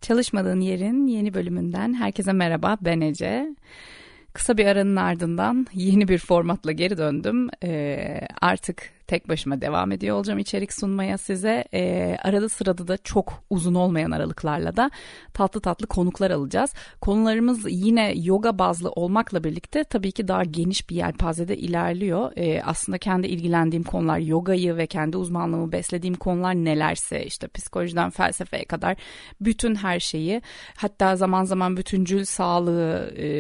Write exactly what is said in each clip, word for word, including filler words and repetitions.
Çalışmadığın Yerin yeni bölümünden herkese merhaba, ben Ece. Kısa bir aranın ardından yeni bir formatla geri döndüm. Ee, artık tek başıma devam ediyor olacağım içerik sunmaya size. Ee, arada sırada da çok uzun olmayan aralıklarla da tatlı tatlı konuklar alacağız. Konularımız yine yoga bazlı olmakla birlikte tabii ki daha geniş bir yelpazede ilerliyor. Ee, aslında kendi ilgilendiğim konular, yogayı ve kendi uzmanlığımı beslediğim konular nelerse, işte psikolojiden felsefeye kadar bütün her şeyi, hatta zaman zaman bütüncül sağlığı e,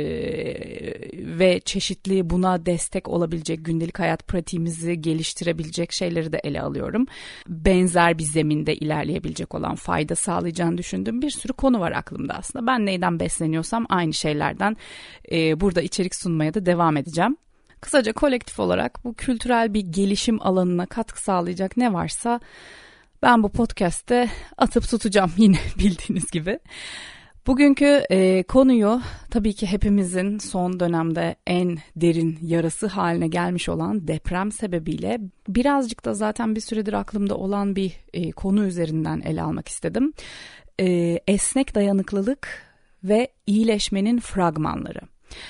ve çeşitli buna destek olabilecek gündelik hayat pratiğimizi geliştirebilecek şeyleri de ele alıyorum. Benzer bir zeminde ilerleyebilecek olan, fayda sağlayacağını düşündüğüm bir sürü konu var aklımda aslında. Ben neyden besleniyorsam aynı şeylerden e, burada içerik sunmaya da devam edeceğim. Kısaca kolektif olarak bu kültürel bir gelişim alanına katkı sağlayacak ne varsa ben bu podcast'te atıp tutacağım yine bildiğiniz gibi. Bugünkü e, konuyu tabii ki hepimizin son dönemde en derin yarası haline gelmiş olan deprem sebebiyle birazcık da zaten bir süredir aklımda olan bir e, konu üzerinden ele almak istedim. E, esnek dayanıklılık ve iyileşmenin fragmanları.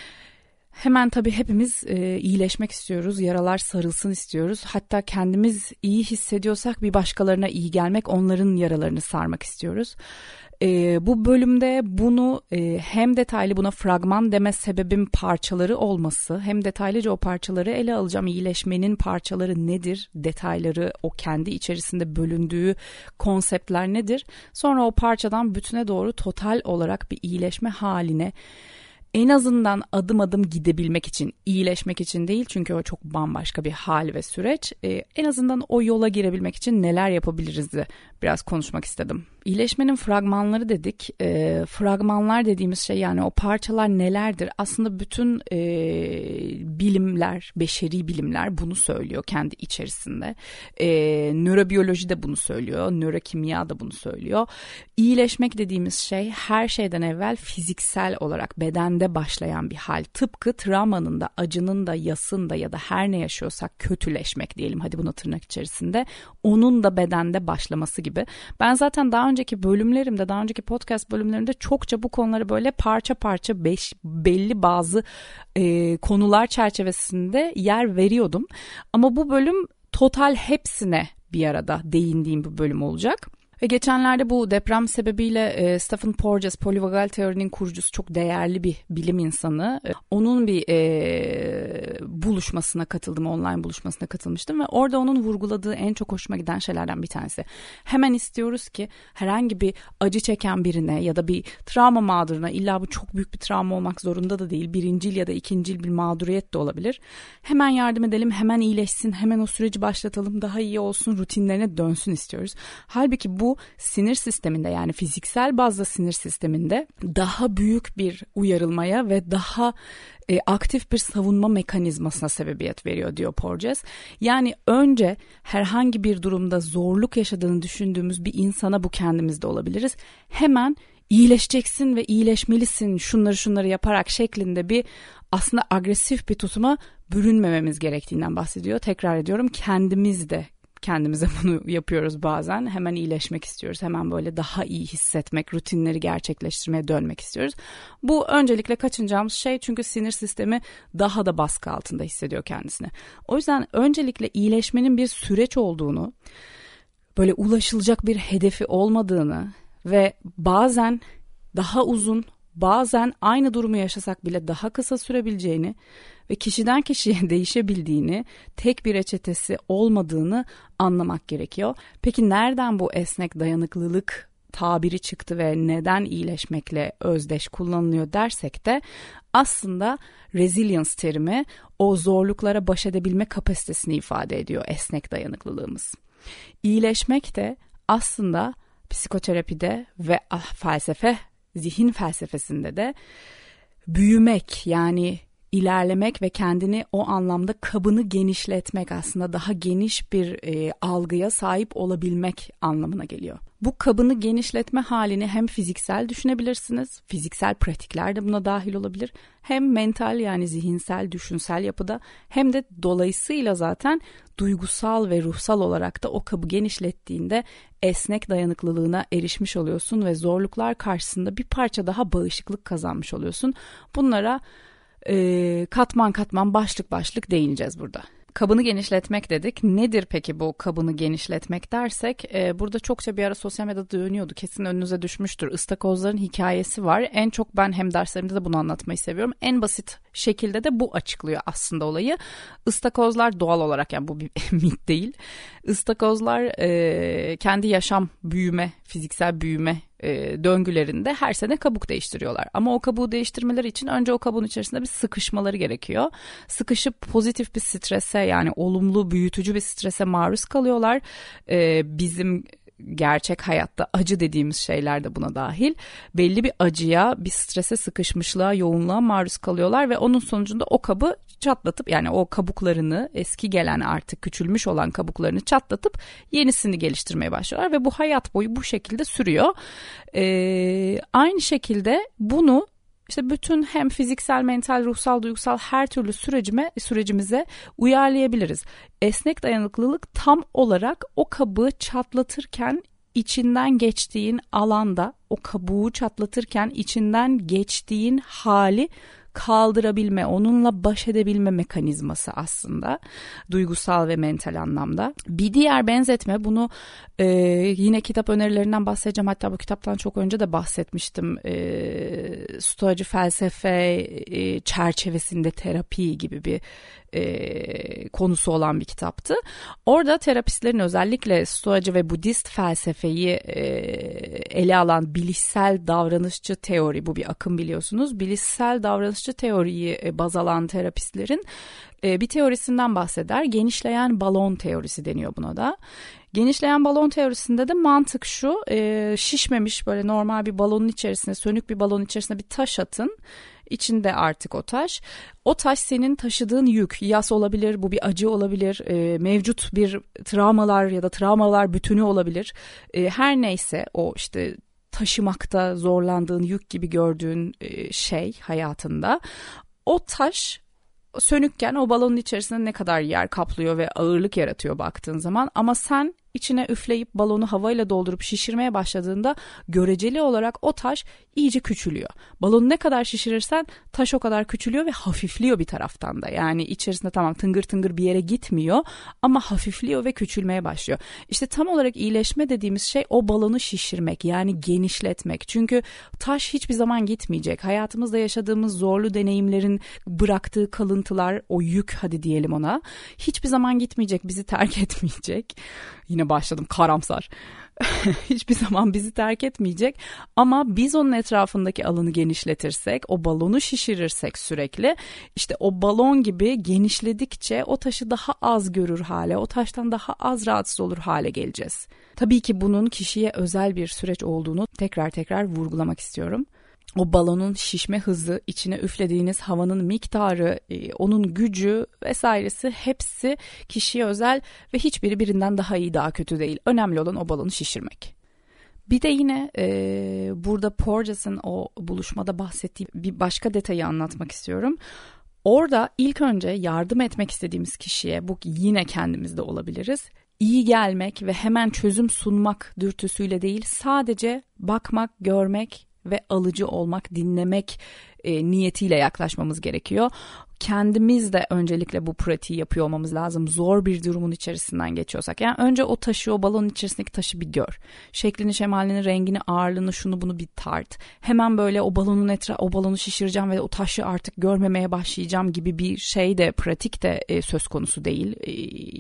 Hemen tabii hepimiz e, iyileşmek istiyoruz, yaralar sarılsın istiyoruz. Hatta kendimiz iyi hissediyorsak bir başkalarına iyi gelmek, onların yaralarını sarmak istiyoruz. E, bu bölümde bunu e, hem detaylı, buna fragman deme sebebim parçaları olması, hem detaylıca o parçaları ele alacağım. İyileşmenin parçaları nedir, detayları, o kendi içerisinde bölündüğü konseptler nedir? Sonra o parçadan bütüne doğru total olarak bir iyileşme haline, en azından adım adım gidebilmek için, iyileşmek için değil çünkü o çok bambaşka bir hal ve süreç. Ee, en azından o yola girebilmek için neler yapabiliriz de biraz konuşmak istedim. İyileşmenin fragmanları dedik. E, fragmanlar dediğimiz şey, yani o parçalar nelerdir? Aslında bütün e, bilimler, beşeri bilimler bunu söylüyor kendi içerisinde. E, nörobiyoloji de bunu söylüyor, nörokimya da bunu söylüyor. İyileşmek dediğimiz şey her şeyden evvel fiziksel olarak bedende başlayan bir hal. Tıpkı travmanın da, acının da, yasın da ya da her ne yaşıyorsak kötüleşmek diyelim, hadi buna tırnak içerisinde, onun da bedende başlaması gibi. Ben zaten daha önceki bölümlerimde, daha önceki podcast bölümlerimde çokça bu konuları böyle parça parça beş, belli bazı e, konular çerçevesinde yer veriyordum. Ama bu bölüm total hepsine bir arada değindiğim bir bölüm olacak. Ve geçenlerde bu deprem sebebiyle e, Stephen Porges, polivagal teorinin kurucusu, çok değerli bir bilim insanı. E, onun bir e, buluşmasına katıldım, online buluşmasına katılmıştım ve orada onun vurguladığı en çok hoşuma giden şeylerden bir tanesi. Hemen istiyoruz ki herhangi bir acı çeken birine ya da bir travma mağduruna, illa bu çok büyük bir travma olmak zorunda da değil, birincil ya da ikincil bir mağduriyet de olabilir. Hemen yardım edelim, hemen iyileşsin, hemen o süreci başlatalım, daha iyi olsun, rutinlerine dönsün istiyoruz. Halbuki bu Bu sinir sisteminde, yani fiziksel bazda sinir sisteminde daha büyük bir uyarılmaya ve daha e, aktif bir savunma mekanizmasına sebebiyet veriyor diyor Porges. Yani önce herhangi bir durumda zorluk yaşadığını düşündüğümüz bir insana, bu kendimizde olabiliriz, hemen iyileşeceksin ve iyileşmelisin şunları şunları yaparak şeklinde bir aslında agresif bir tutuma bürünmememiz gerektiğinden bahsediyor. Tekrar ediyorum, kendimiz de kendimize bunu yapıyoruz bazen. Hemen iyileşmek istiyoruz. Hemen böyle daha iyi hissetmek, rutinleri gerçekleştirmeye dönmek istiyoruz. Bu öncelikle kaçınacağımız şey, çünkü sinir sistemi daha da baskı altında hissediyor kendisini. O yüzden öncelikle iyileşmenin bir süreç olduğunu, böyle ulaşılacak bir hedefi olmadığını ve bazen daha uzun, bazen aynı durumu yaşasak bile daha kısa sürebileceğini ve kişiden kişiye değişebildiğini, tek bir reçetesi olmadığını anlamak gerekiyor. Peki nereden bu esnek dayanıklılık tabiri çıktı ve neden iyileşmekle özdeş kullanılıyor dersek de, aslında resilience terimi o zorluklara baş edebilme kapasitesini ifade ediyor, esnek dayanıklılığımız. İyileşmek de aslında psikoterapide ve felsefe, zihin felsefesinde de büyümek, yani ilerlemek ve kendini o anlamda kabını genişletmek, aslında daha geniş bir e, algıya sahip olabilmek anlamına geliyor. Bu kabını genişletme halini hem fiziksel düşünebilirsiniz, fiziksel pratikler de buna dahil olabilir, hem mental, yani zihinsel, düşünsel yapıda, hem de dolayısıyla zaten duygusal ve ruhsal olarak da o kabı genişlettiğinde esnek dayanıklılığına erişmiş oluyorsun ve zorluklar karşısında bir parça daha bağışıklık kazanmış oluyorsun. Bunlara e, katman katman başlık başlık değineceğiz burada. Kabını genişletmek dedik. Nedir peki bu kabını genişletmek dersek? E, burada çokça bir ara sosyal medyada dönüyordu. Kesin önünüze düşmüştür. Istakozların hikayesi var. En çok ben hem derslerimde de bunu anlatmayı seviyorum. En basit şekilde de bu açıklıyor aslında olayı. Istakozlar doğal olarak, yani bu bir mit değil. Istakozlar e, kendi yaşam, büyüme, fiziksel büyüme e, döngülerinde her sene kabuk değiştiriyorlar. Ama o kabuğu değiştirmeleri için önce o kabuğun içerisinde bir sıkışmaları gerekiyor. Sıkışıp pozitif bir strese, yani olumlu, büyütücü bir strese maruz kalıyorlar. E, bizim gerçek hayatta acı dediğimiz şeyler de buna dahil. Belli bir acıya, bir strese, sıkışmışlığa, yoğunluğa maruz kalıyorlar ve onun sonucunda o kabı çatlatıp, yani o kabuklarını, eski gelen artık küçülmüş olan kabuklarını çatlatıp yenisini geliştirmeye başlıyorlar ve bu hayat boyu bu şekilde sürüyor. Ee, aynı şekilde bunu İşte bütün hem fiziksel, mental, ruhsal, duygusal her türlü sürecime, sürecimize uyarlayabiliriz. Esnek dayanıklılık tam olarak o kabuğu çatlatırken içinden geçtiğin alanda, o kabuğu çatlatırken içinden geçtiğin hali kaldırabilme, onunla baş edebilme mekanizması aslında duygusal ve mental anlamda. Bir diğer benzetme, bunu e, yine kitap önerilerinden bahsedeceğim, hatta bu kitaptan çok önce de bahsetmiştim. E, Stoacı felsefe e, çerçevesinde terapi gibi bir e, konusu olan bir kitaptı. Orada terapistlerin, özellikle Stoacı ve Budist felsefeyi e, ele alan bilişsel davranışçı teori, bu bir akım biliyorsunuz, bilişsel davranışçı teoriyi e, baz alan terapistlerin e, bir teorisinden bahseder. Genişleyen balon teorisi deniyor buna da. Genişleyen balon teorisinde de mantık şu: e, şişmemiş böyle normal bir balonun içerisine, sönük bir balonun içerisine bir taş atın. İçinde artık o taş. O taş senin taşıdığın yük. Yas olabilir, bu bir acı olabilir, e, mevcut bir travmalar ya da travmalar bütünü olabilir. E, her neyse o işte taşımakta zorlandığın, yük gibi gördüğün e, şey hayatında. O taş sönükken o balonun içerisinde ne kadar yer kaplıyor ve ağırlık yaratıyor baktığın zaman, ama sen içine üfleyip balonu havayla doldurup şişirmeye başladığında göreceli olarak o taş iyice küçülüyor. Balonu ne kadar şişirirsen taş o kadar küçülüyor ve hafifliyor bir taraftan da. Yani içerisinde tamam tıngır tıngır bir yere gitmiyor ama hafifliyor ve küçülmeye başlıyor. İşte tam olarak iyileşme dediğimiz şey o balonu şişirmek, yani genişletmek. Çünkü taş hiçbir zaman gitmeyecek. Hayatımızda yaşadığımız zorlu deneyimlerin bıraktığı kalıntılar, o yük hadi diyelim ona, hiçbir zaman gitmeyecek, bizi terk etmeyecek. Yine başladım karamsar. Hiçbir zaman bizi terk etmeyecek, ama biz onun etrafındaki alanı genişletirsek, o balonu şişirirsek sürekli, işte o balon gibi genişledikçe o taşı daha az görür hale, o taştan daha az rahatsız olur hale geleceğiz. Tabii ki bunun kişiye özel bir süreç olduğunu tekrar tekrar vurgulamak istiyorum. O balonun şişme hızı, içine üflediğiniz havanın miktarı, onun gücü vesairesi hepsi kişiye özel ve hiçbiri birinden daha iyi, daha kötü değil. Önemli olan o balonu şişirmek. Bir de yine e, burada Porges'in o buluşmada bahsettiği bir başka detayı anlatmak istiyorum. Orada ilk önce yardım etmek istediğimiz kişiye, bu yine kendimizde olabiliriz, İyi gelmek ve hemen çözüm sunmak dürtüsüyle değil, sadece bakmak, görmek ve alıcı olmak, dinlemek e, niyetiyle yaklaşmamız gerekiyor. Kendimiz de öncelikle bu pratiği yapıyor olmamız lazım. Zor bir durumun içerisinden geçiyorsak. Yani önce o taşı, o balonun içerisindeki taşı bir gör. Şeklini, şemalini, rengini, ağırlığını, şunu bunu bir tart. Hemen böyle o balonun etrafı, o balonu şişireceğim ve o taşı artık görmemeye başlayacağım gibi bir şey de, pratik de e, söz konusu değil. E,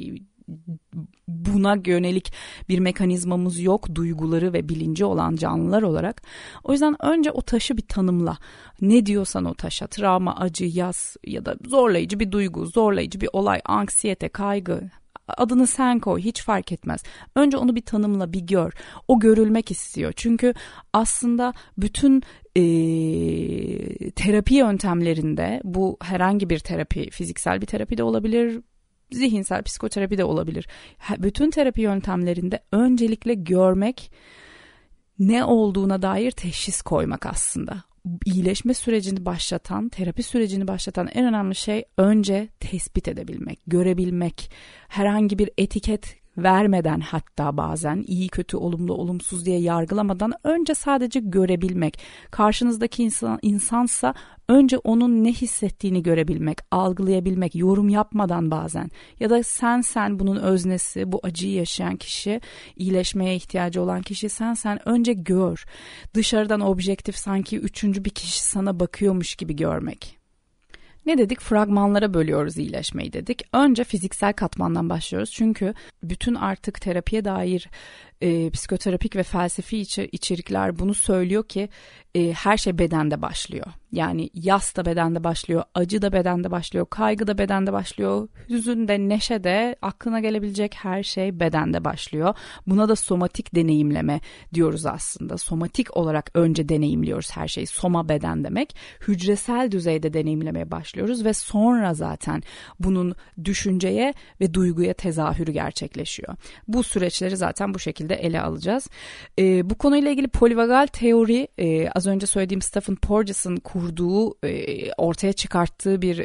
buna yönelik bir mekanizmamız yok, duyguları ve bilinci olan canlılar olarak. O yüzden önce o taşı bir tanımla. Ne diyorsan o taşa, travma, acı, yas ya da zorlayıcı bir duygu, zorlayıcı bir olay, anksiyete, kaygı, adını sen koy, hiç fark etmez. Önce onu bir tanımla, bir gör. O görülmek istiyor. Çünkü aslında bütün e, terapi yöntemlerinde, bu herhangi bir terapi, fiziksel bir terapi de olabilir, zihinsel psikoterapi de olabilir. Bütün terapi yöntemlerinde öncelikle görmek, ne olduğuna dair teşhis koymak aslında. İyileşme sürecini başlatan, terapi sürecini başlatan en önemli şey önce tespit edebilmek, görebilmek. Herhangi bir etiket vermeden, hatta bazen iyi kötü olumlu olumsuz diye yargılamadan önce sadece görebilmek. Karşınızdaki insan, insansa önce onun ne hissettiğini görebilmek, algılayabilmek, yorum yapmadan bazen. Ya da sen sen bunun öznesi, bu acıyı yaşayan kişi, iyileşmeye ihtiyacı olan kişi sen sen önce gör. Dışarıdan objektif, sanki üçüncü bir kişi sana bakıyormuş gibi görmek. Ne dedik? Fragmanlara bölüyoruz iyileşmeyi dedik. Önce fiziksel katmandan başlıyoruz. Çünkü bütün artık terapiye dair e, psikoterapik ve felsefi içerikler bunu söylüyor ki e, her şey bedende başlıyor. Yani yas da bedende başlıyor, acı da bedende başlıyor, kaygı da bedende başlıyor, hüzün de, neşe de, aklına gelebilecek her şey bedende başlıyor. Buna da somatik deneyimleme diyoruz aslında. Somatik olarak önce deneyimliyoruz her şeyi. Soma beden demek. Hücresel düzeyde deneyimlemeye başlıyoruz ve sonra zaten bunun düşünceye ve duyguya tezahürü gerçekleşiyor. Bu süreçleri zaten bu şekilde ele alacağız. E, bu konuyla ilgili polivagal teori, e, az önce söylediğim Stephen Porges'in kurduğu, e, ortaya çıkarttığı bir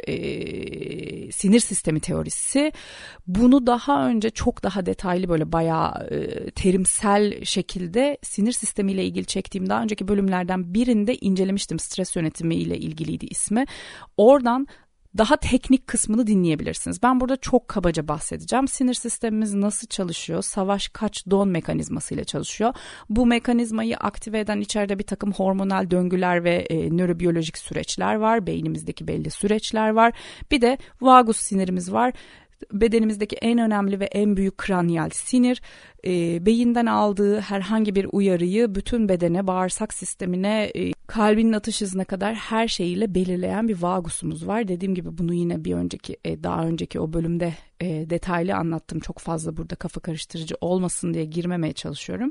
e, sinir sistemi teorisi. Bunu daha önce çok daha detaylı, böyle bayağı e, terimsel şekilde sinir sistemiyle ilgili çektiğim daha önceki bölümlerden birinde incelemiştim. Stres yönetimi ile ilgiliydi ismi. Oradan daha teknik kısmını dinleyebilirsiniz. Ben burada çok kabaca bahsedeceğim. Sinir sistemimiz nasıl çalışıyor? Savaş, kaç, don mekanizmasıyla çalışıyor. Bu mekanizmayı aktive eden içeride bir takım hormonal döngüler ve e, nörobiyolojik süreçler var. Beynimizdeki belli süreçler var. Bir de vagus sinirimiz var. Bedenimizdeki en önemli ve en büyük kraniyal sinir, e, beyinden aldığı herhangi bir uyarıyı bütün bedene, bağırsak sistemine, e, kalbinin atış hızına kadar her şeyiyle belirleyen bir vagusumuz var. Dediğim gibi bunu yine bir önceki, e, daha önceki o bölümde e, detaylı anlattım. Çok fazla burada kafa karıştırıcı olmasın diye girmemeye çalışıyorum.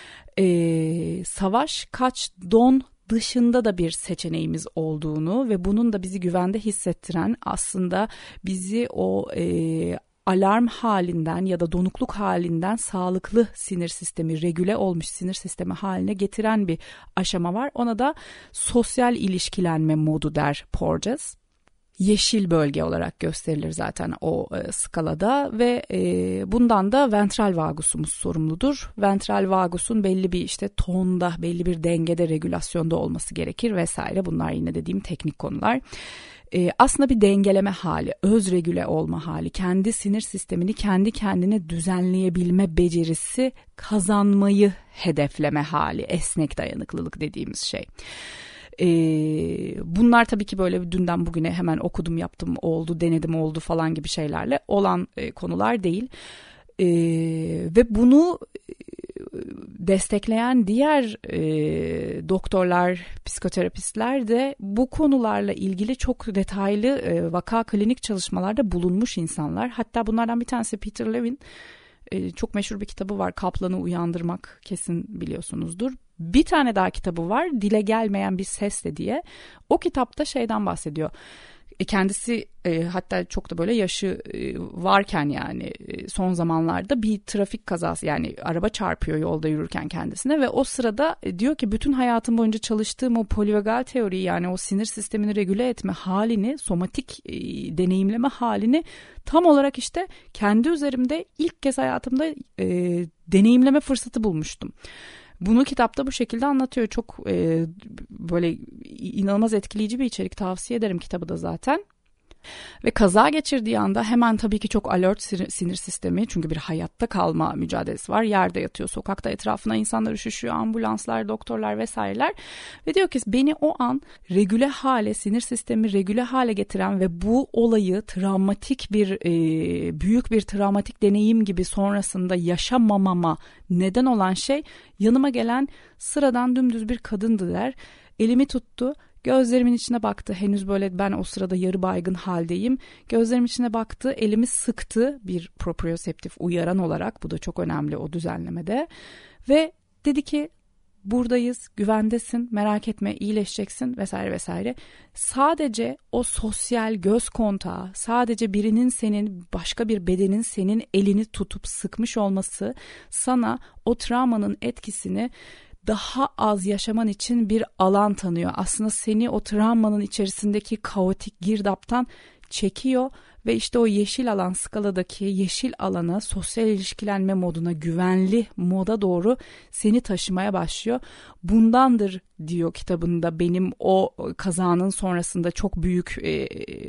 E, savaş, kaç, don dışında da bir seçeneğimiz olduğunu ve bunun da bizi güvende hissettiren, aslında bizi o e, alarm halinden ya da donukluk halinden sağlıklı sinir sistemi, regüle olmuş sinir sistemi haline getiren bir aşama var. Ona da sosyal ilişkilenme modu der Porges. Yeşil bölge olarak gösterilir zaten o e, skalada ve e, bundan da ventral vagusumuz sorumludur. Ventral vagusun belli bir işte tonda, belli bir dengede, regülasyonda olması gerekir vesaire. Bunlar yine dediğim teknik konular. E, aslında bir dengeleme hali, öz regüle olma hali, kendi sinir sistemini kendi kendine düzenleyebilme becerisi kazanmayı hedefleme hali, esnek dayanıklılık dediğimiz şey. Ee, bunlar tabii ki böyle dünden bugüne hemen okudum, yaptım, oldu, denedim, oldu falan gibi şeylerle olan e, konular değil. Ee, ve bunu destekleyen diğer e, doktorlar, psikoterapistler de bu konularla ilgili çok detaylı e, vaka klinik çalışmalarda bulunmuş insanlar. Hatta bunlardan bir tanesi Peter Levin. E, çok meşhur bir kitabı var, Kaplanı Uyandırmak, kesin biliyorsunuzdur. Bir tane daha kitabı var, Dile Gelmeyen Bir Sesle diye. O kitapta şeyden bahsediyor. E, kendisi e, hatta çok da böyle yaşı e, varken, yani e, son zamanlarda bir trafik kazası, yani araba çarpıyor yolda yürürken kendisine ve o sırada e, diyor ki bütün hayatım boyunca çalıştığım o polivagal teoriyi, yani o sinir sistemini regüle etme halini, somatik e, deneyimleme halini tam olarak işte kendi üzerimde ilk kez hayatımda e, deneyimleme fırsatı bulmuştum. Bunu kitapta bu şekilde anlatıyor. Çok e, böyle inanılmaz etkileyici bir içerik. Tavsiye ederim kitabı da zaten. Ve kaza geçirdiği anda hemen tabii ki çok alert sinir sistemi, çünkü bir hayatta kalma mücadelesi var. Yerde yatıyor, sokakta etrafına insanlar üşüşüyor, ambulanslar, doktorlar vesaireler. Ve diyor ki beni o an regüle hale, sinir sistemi regüle hale getiren ve bu olayı travmatik bir, e, büyük bir travmatik deneyim gibi sonrasında yaşamamama neden olan şey, yanıma gelen sıradan dümdüz bir kadındı der. Elimi tuttu. Gözlerimin içine baktı. Henüz böyle ben o sırada yarı baygın haldeyim. Gözlerimin içine baktı. Elimi sıktı bir proprioseptif uyaran olarak. Bu da çok önemli o düzenlemede. Ve dedi ki buradayız, güvendesin, merak etme, iyileşeceksin vesaire vesaire. Sadece o sosyal göz kontağı, sadece birinin senin, başka bir bedenin senin elini tutup sıkmış olması sana o travmanın etkisini daha az yaşaman için bir alan tanıyor. Aslında seni o travmanın içerisindeki kaotik girdaptan çekiyor ve işte o yeşil alan skaladaki yeşil alana, sosyal ilişkilenme moduna, güvenli moda doğru seni taşımaya başlıyor. Bundandır diyor kitabında benim o kazanın sonrasında çok büyük e,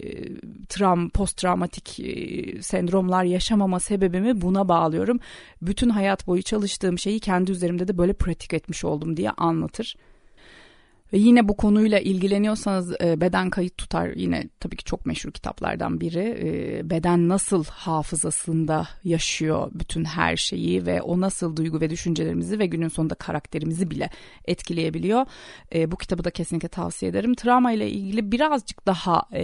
travm, post-travmatik e, sendromlar yaşamama sebebimi buna bağlıyorum. Bütün hayat boyu çalıştığım şeyi kendi üzerimde de böyle pratik etmiş oldum diye anlatır. Ve yine bu konuyla ilgileniyorsanız e, Beden Kayıt Tutar, yine tabii ki çok meşhur kitaplardan biri. E, beden nasıl hafızasında yaşıyor bütün her şeyi ve o nasıl duygu ve düşüncelerimizi ve günün sonunda karakterimizi bile etkileyebiliyor. E, bu kitabı da kesinlikle tavsiye ederim. Travma ile ilgili birazcık daha e,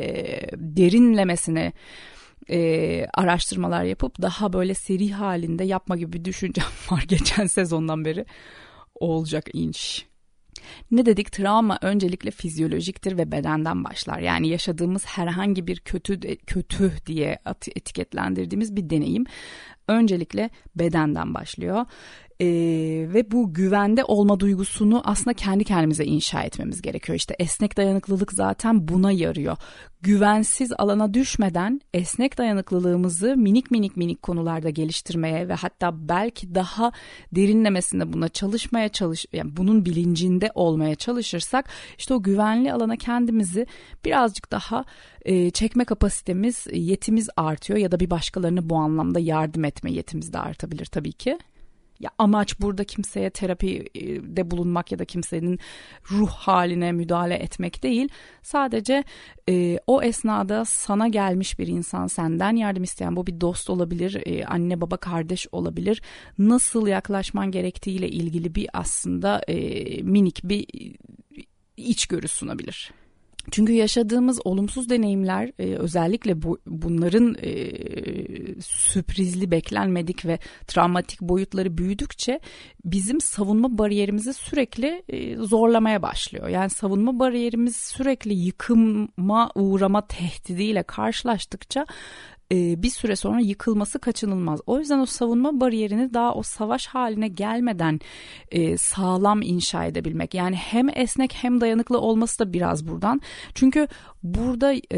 derinlemesine e, araştırmalar yapıp daha böyle seri halinde yapma gibi bir düşüncem var geçen sezondan beri. Olacak inş. Ne dedik? Travma öncelikle fizyolojiktir ve bedenden başlar. Yani yaşadığımız herhangi bir kötü kötü diye etiketlendirdiğimiz bir deneyim öncelikle bedenden başlıyor. Ee, ve bu güvende olma duygusunu aslında kendi kendimize inşa etmemiz gerekiyor. İşte esnek dayanıklılık zaten buna yarıyor. Güvensiz alana düşmeden esnek dayanıklılığımızı minik minik minik konularda geliştirmeye ve hatta belki daha derinlemesine buna çalışmaya çalış, yani bunun bilincinde olmaya çalışırsak işte o güvenli alana kendimizi birazcık daha e, çekme kapasitemiz, yetimiz artıyor ya da bir başkalarına bu anlamda yardım etme yetimiz de artabilir tabii ki. Ya amaç burada kimseye terapide bulunmak ya da kimsenin ruh haline müdahale etmek değil. Sadece e, o esnada sana gelmiş bir insan, senden yardım isteyen, bu bir dost olabilir, e, anne baba kardeş olabilir. Nasıl yaklaşman gerektiğiyle ilgili bir aslında e, minik bir içgörü sunabilir. Çünkü yaşadığımız olumsuz deneyimler e, özellikle bu, bunların e, sürprizli, beklenmedik ve travmatik boyutları büyüdükçe bizim savunma bariyerimizi sürekli e, zorlamaya başlıyor. Yani savunma bariyerimiz sürekli yıkıma uğrama tehdidiyle karşılaştıkça bir süre sonra yıkılması kaçınılmaz. O yüzden o savunma bariyerini daha o savaş haline gelmeden e, sağlam inşa edebilmek. Yani hem esnek hem dayanıklı olması da biraz buradan. Çünkü burada e,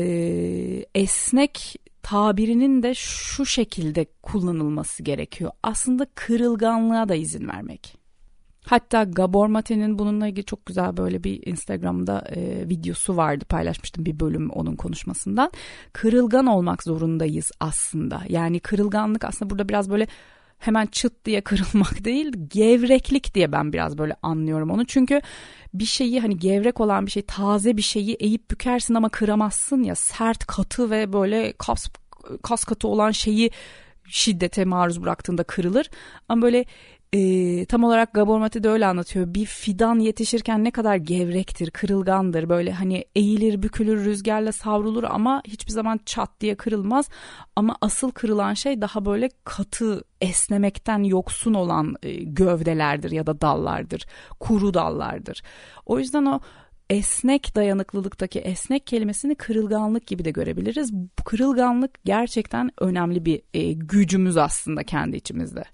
esnek tabirinin de şu şekilde kullanılması gerekiyor. Aslında kırılganlığa da izin vermek. Hatta Gabor Mate'nin bununla ilgili çok güzel böyle bir Instagram'da e, videosu vardı, paylaşmıştım bir bölüm onun konuşmasından. Kırılgan olmak zorundayız aslında. Yani kırılganlık aslında burada biraz böyle hemen çıt diye kırılmak değil, gevreklik diye ben biraz böyle anlıyorum onu. Çünkü bir şeyi, hani gevrek olan bir şey, taze bir şeyi eğip bükersin ama kıramazsın ya, sert, katı ve böyle kas, kas katı olan şeyi şiddete maruz bıraktığında kırılır. Ama böyle E, tam olarak Gabor Mate de öyle anlatıyor. Bir fidan yetişirken ne kadar gevrektir, kırılgandır. Böyle hani eğilir, bükülür, rüzgarla savrulur ama hiçbir zaman çat diye kırılmaz. Ama asıl kırılan şey daha böyle katı, esnemekten yoksun olan e, gövdelerdir ya da dallardır. Kuru dallardır. O yüzden o esnek dayanıklılıktaki esnek kelimesini kırılganlık gibi de görebiliriz. Bu kırılganlık gerçekten önemli bir e, gücümüz aslında kendi içimizde.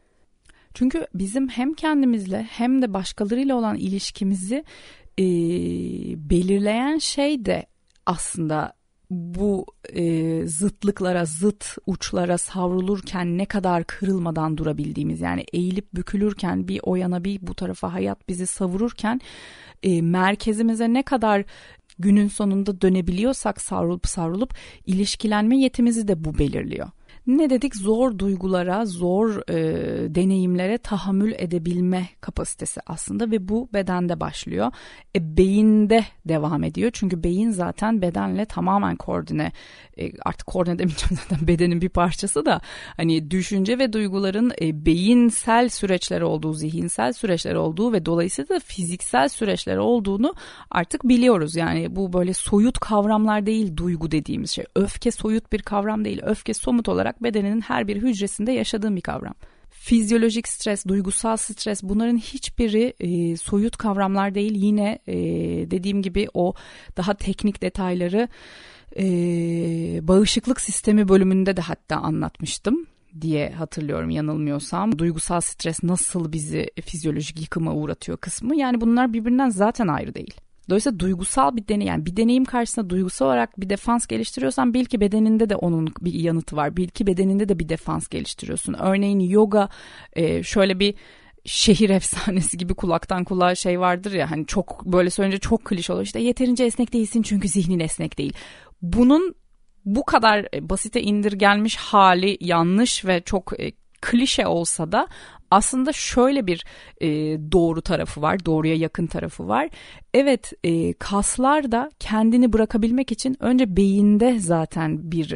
Çünkü bizim hem kendimizle hem de başkalarıyla olan ilişkimizi e, belirleyen şey de aslında bu e, zıtlıklara, zıt uçlara savrulurken ne kadar kırılmadan durabildiğimiz, yani eğilip bükülürken bir o yana bir bu tarafa hayat bizi savururken e, merkezimize ne kadar günün sonunda dönebiliyorsak savrulup savrulup ilişkilenme yetimizi de bu belirliyor. Ne dedik? Zor duygulara, zor e, deneyimlere tahammül edebilme kapasitesi aslında ve bu bedende başlıyor. E, beyinde devam ediyor. Çünkü beyin zaten bedenle tamamen koordine, e, artık koordine demeyeceğim, zaten bedenin bir parçası da, hani düşünce ve duyguların e, beyinsel süreçler olduğu, zihinsel süreçler olduğu ve dolayısıyla da fiziksel süreçler olduğunu artık biliyoruz. Yani bu böyle soyut kavramlar değil duygu dediğimiz şey. Öfke soyut bir kavram değil. Öfke somut olarak bedeninin her bir hücresinde yaşadığım bir kavram. Fizyolojik stres, duygusal stres, bunların hiçbiri e, soyut kavramlar değil. Yine e, dediğim gibi o daha teknik detayları e, bağışıklık sistemi bölümünde de hatta anlatmıştım diye hatırlıyorum yanılmıyorsam. Duygusal stres nasıl bizi fizyolojik yıkıma uğratıyor kısmı. Yani bunlar birbirinden zaten ayrı değil. Dolayısıyla duygusal bir deney, yani bir deneyim karşısında duygusal olarak bir defans geliştiriyorsan bil ki bedeninde de onun bir yanıtı var. Bil ki bedeninde de bir defans geliştiriyorsun. Örneğin yoga e, şöyle bir şehir efsanesi gibi kulaktan kulağa şey vardır ya, hani çok böyle söyleyince çok klişe olur. İşte yeterince esnek değilsin çünkü zihnin esnek değil. Bunun bu kadar basite indirgenmiş hali yanlış ve çok e, klişe olsa da aslında şöyle bir e, doğru tarafı var, doğruya yakın tarafı var. Evet, e, kaslar da kendini bırakabilmek için önce beyinde zaten bir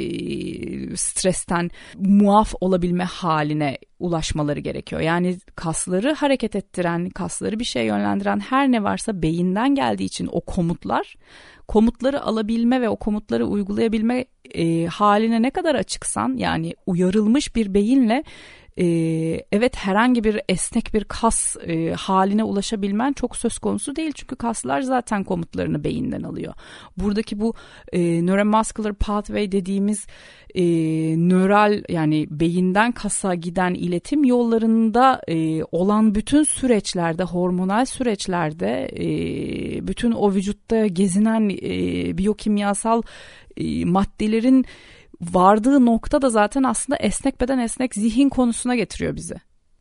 e, stresten muaf olabilme haline ulaşmaları gerekiyor. Yani kasları hareket ettiren, kasları bir şeye yönlendiren her ne varsa beyinden geldiği için o komutlar, komutları alabilme ve o komutları uygulayabilme e, haline ne kadar açıksan, yani uyarılmış bir beyinle Ee, evet herhangi bir esnek bir kas e, haline ulaşabilmen çok söz konusu değil. Çünkü kaslar zaten komutlarını beyinden alıyor. Buradaki bu e, neuromuscular pathway dediğimiz e, nöral, yani beyinden kasa giden iletim yollarında e, olan bütün süreçlerde, hormonal süreçlerde, e, bütün o vücutta gezinen e, biyokimyasal e, maddelerin vardığı nokta da zaten aslında esnek beden, esnek zihin konusuna getiriyor bizi.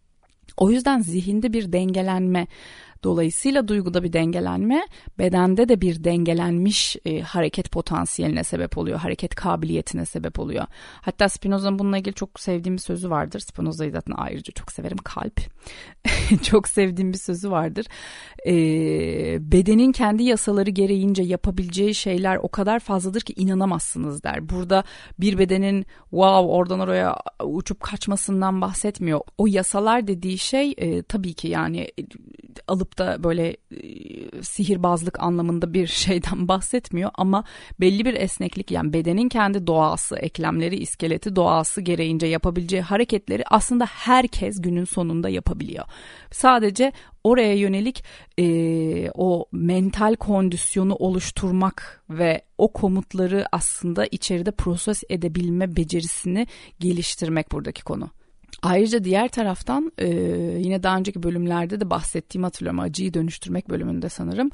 O yüzden zihinde bir dengelenme, dolayısıyla duyguda bir dengelenme, bedende de bir dengelenmiş e, hareket potansiyeline sebep oluyor, hareket kabiliyetine sebep oluyor. Hatta Spinoza'nın bununla ilgili çok sevdiğim bir sözü vardır. Spinoza'yı zaten ayrıca çok severim, kalp. Çok sevdiğim bir sözü vardır. E, bedenin kendi yasaları gereğince yapabileceği şeyler o kadar fazladır ki inanamazsınız der. Burada bir bedenin wow oradan oraya uçup kaçmasından bahsetmiyor. O yasalar dediği şey e, tabii ki yani alıp da böyle e, sihirbazlık anlamında bir şeyden bahsetmiyor ama belli bir esneklik, yani bedenin kendi doğası, eklemleri, iskeleti doğası gereğince yapabileceği hareketleri aslında herkes günün sonunda yapabiliyor. Sadece oraya yönelik e, o mental kondisyonu oluşturmak ve o komutları aslında içeride proses edebilme becerisini geliştirmek buradaki konu. Ayrıca diğer taraftan e, yine daha önceki bölümlerde de bahsettiğimi hatırlıyorum. Acıyı dönüştürmek bölümünde sanırım.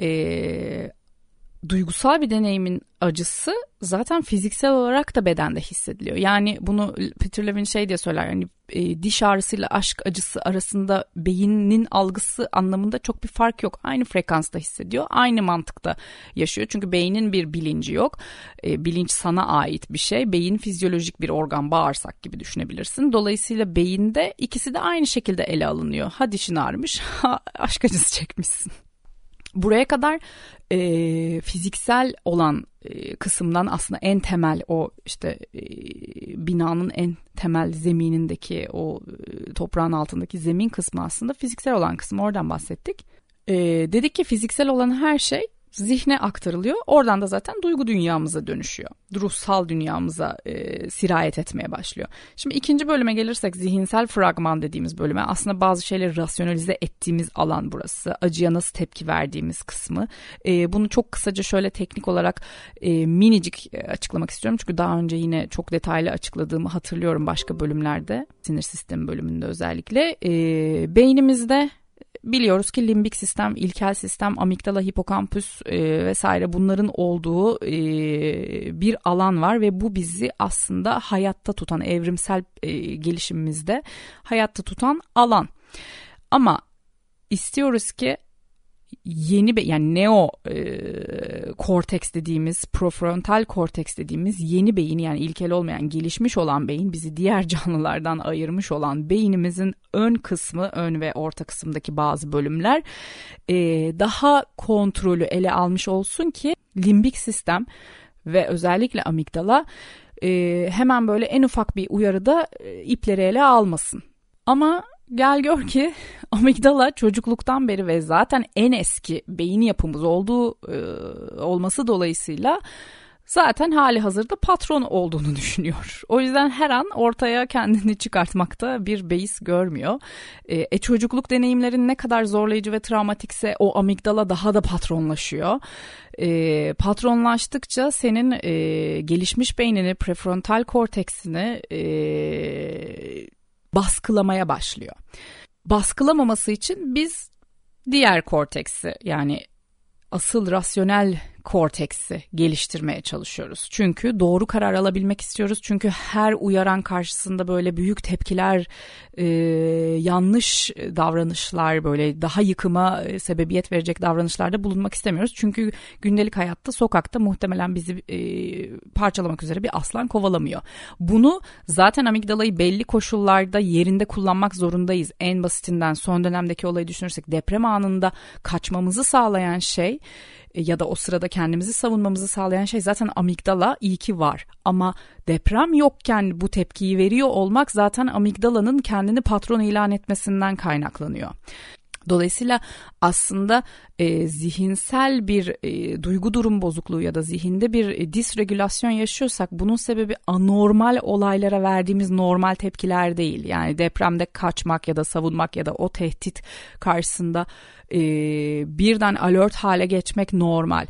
E, duygusal bir deneyimin acısı zaten fiziksel olarak da bedende hissediliyor. Yani bunu Peter Levine şey diye söyler. Yani e, diş ağrısıyla aşk acısı arasında beynin algısı anlamında çok bir fark yok. Aynı frekansta hissediyor. Aynı mantıkta yaşıyor. Çünkü beynin bir bilinci yok. E, bilinç sana ait bir şey. Beyin fizyolojik bir organ, bağırsak gibi düşünebilirsin. Dolayısıyla beyinde ikisi de aynı şekilde ele alınıyor. Ha dişin ağrımış, ha aşk acısı çekmişsin. Buraya kadar e, fiziksel olan e, kısımdan aslında en temel o işte e, binanın en temel zeminindeki o e, toprağın altındaki zemin kısmı aslında fiziksel olan kısmı, oradan bahsettik. E, dedik ki fiziksel olan her şey zihne aktarılıyor. Oradan da zaten duygu dünyamıza dönüşüyor. Ruhsal dünyamıza e, sirayet etmeye başlıyor. Şimdi ikinci bölüme gelirsek, zihinsel fragman dediğimiz bölüme, aslında bazı şeyleri rasyonalize ettiğimiz alan burası. Acıya nasıl tepki verdiğimiz kısmı. E, bunu çok kısaca şöyle teknik olarak e, minicik açıklamak istiyorum. Çünkü daha önce yine çok detaylı açıkladığımı hatırlıyorum başka bölümlerde. Sinir sistemi bölümünde özellikle. E, beynimizde biliyoruz ki limbik sistem, ilkel sistem, amigdala, hipokampüs e, vesaire bunların olduğu e, bir alan var ve bu bizi aslında hayatta tutan, evrimsel e, gelişimimizde hayatta tutan alan. Ama istiyoruz ki yeni be, yani neo e, korteks dediğimiz, prefrontal korteks dediğimiz yeni beyin, yani ilkel olmayan, gelişmiş olan beyin, bizi diğer canlılardan ayırmış olan beynimizin ön kısmı, ön ve orta kısımdaki bazı bölümler e, daha kontrolü ele almış olsun ki limbik sistem ve özellikle amigdala e, hemen böyle en ufak bir uyarıda e, ipleri ele almasın. Ama gel gör ki amigdala çocukluktan beri ve zaten en eski beyin yapımız olduğu e, olması dolayısıyla zaten hali hazırda patron olduğunu düşünüyor. O yüzden her an ortaya kendini çıkartmakta bir beis görmüyor. E, e çocukluk deneyimlerin ne kadar zorlayıcı ve travmatikse o amigdala daha da patronlaşıyor. E, patronlaştıkça senin e, gelişmiş beynini, prefrontal korteksini e, baskılamaya başlıyor. Baskılamaması için biz diğer korteksi, yani asıl rasyonel korteksi geliştirmeye çalışıyoruz. Çünkü doğru karar alabilmek istiyoruz. Çünkü her uyaran karşısında böyle büyük tepkiler, e, yanlış davranışlar, böyle daha yıkıma sebebiyet verecek davranışlarda bulunmak istemiyoruz. Çünkü gündelik hayatta, sokakta muhtemelen bizi e, parçalamak üzere bir aslan kovalamıyor. Bunu zaten amigdalayı belli koşullarda yerinde kullanmak zorundayız. En basitinden son dönemdeki olayı düşünürsek, deprem anında kaçmamızı sağlayan şey ya da o sırada kendimizi savunmamızı sağlayan şey zaten amigdala, iyi ki var. Ama deprem yokken bu tepkiyi veriyor olmak zaten amigdalanın kendini patron ilan etmesinden kaynaklanıyor. Dolayısıyla aslında e, zihinsel bir e, duygu durum bozukluğu ya da zihinde bir e, disregülasyon yaşıyorsak, bunun sebebi anormal olaylara verdiğimiz normal tepkiler değil. Yani depremde kaçmak ya da savunmak ya da o tehdit karşısında e, birden alert hale geçmek normal.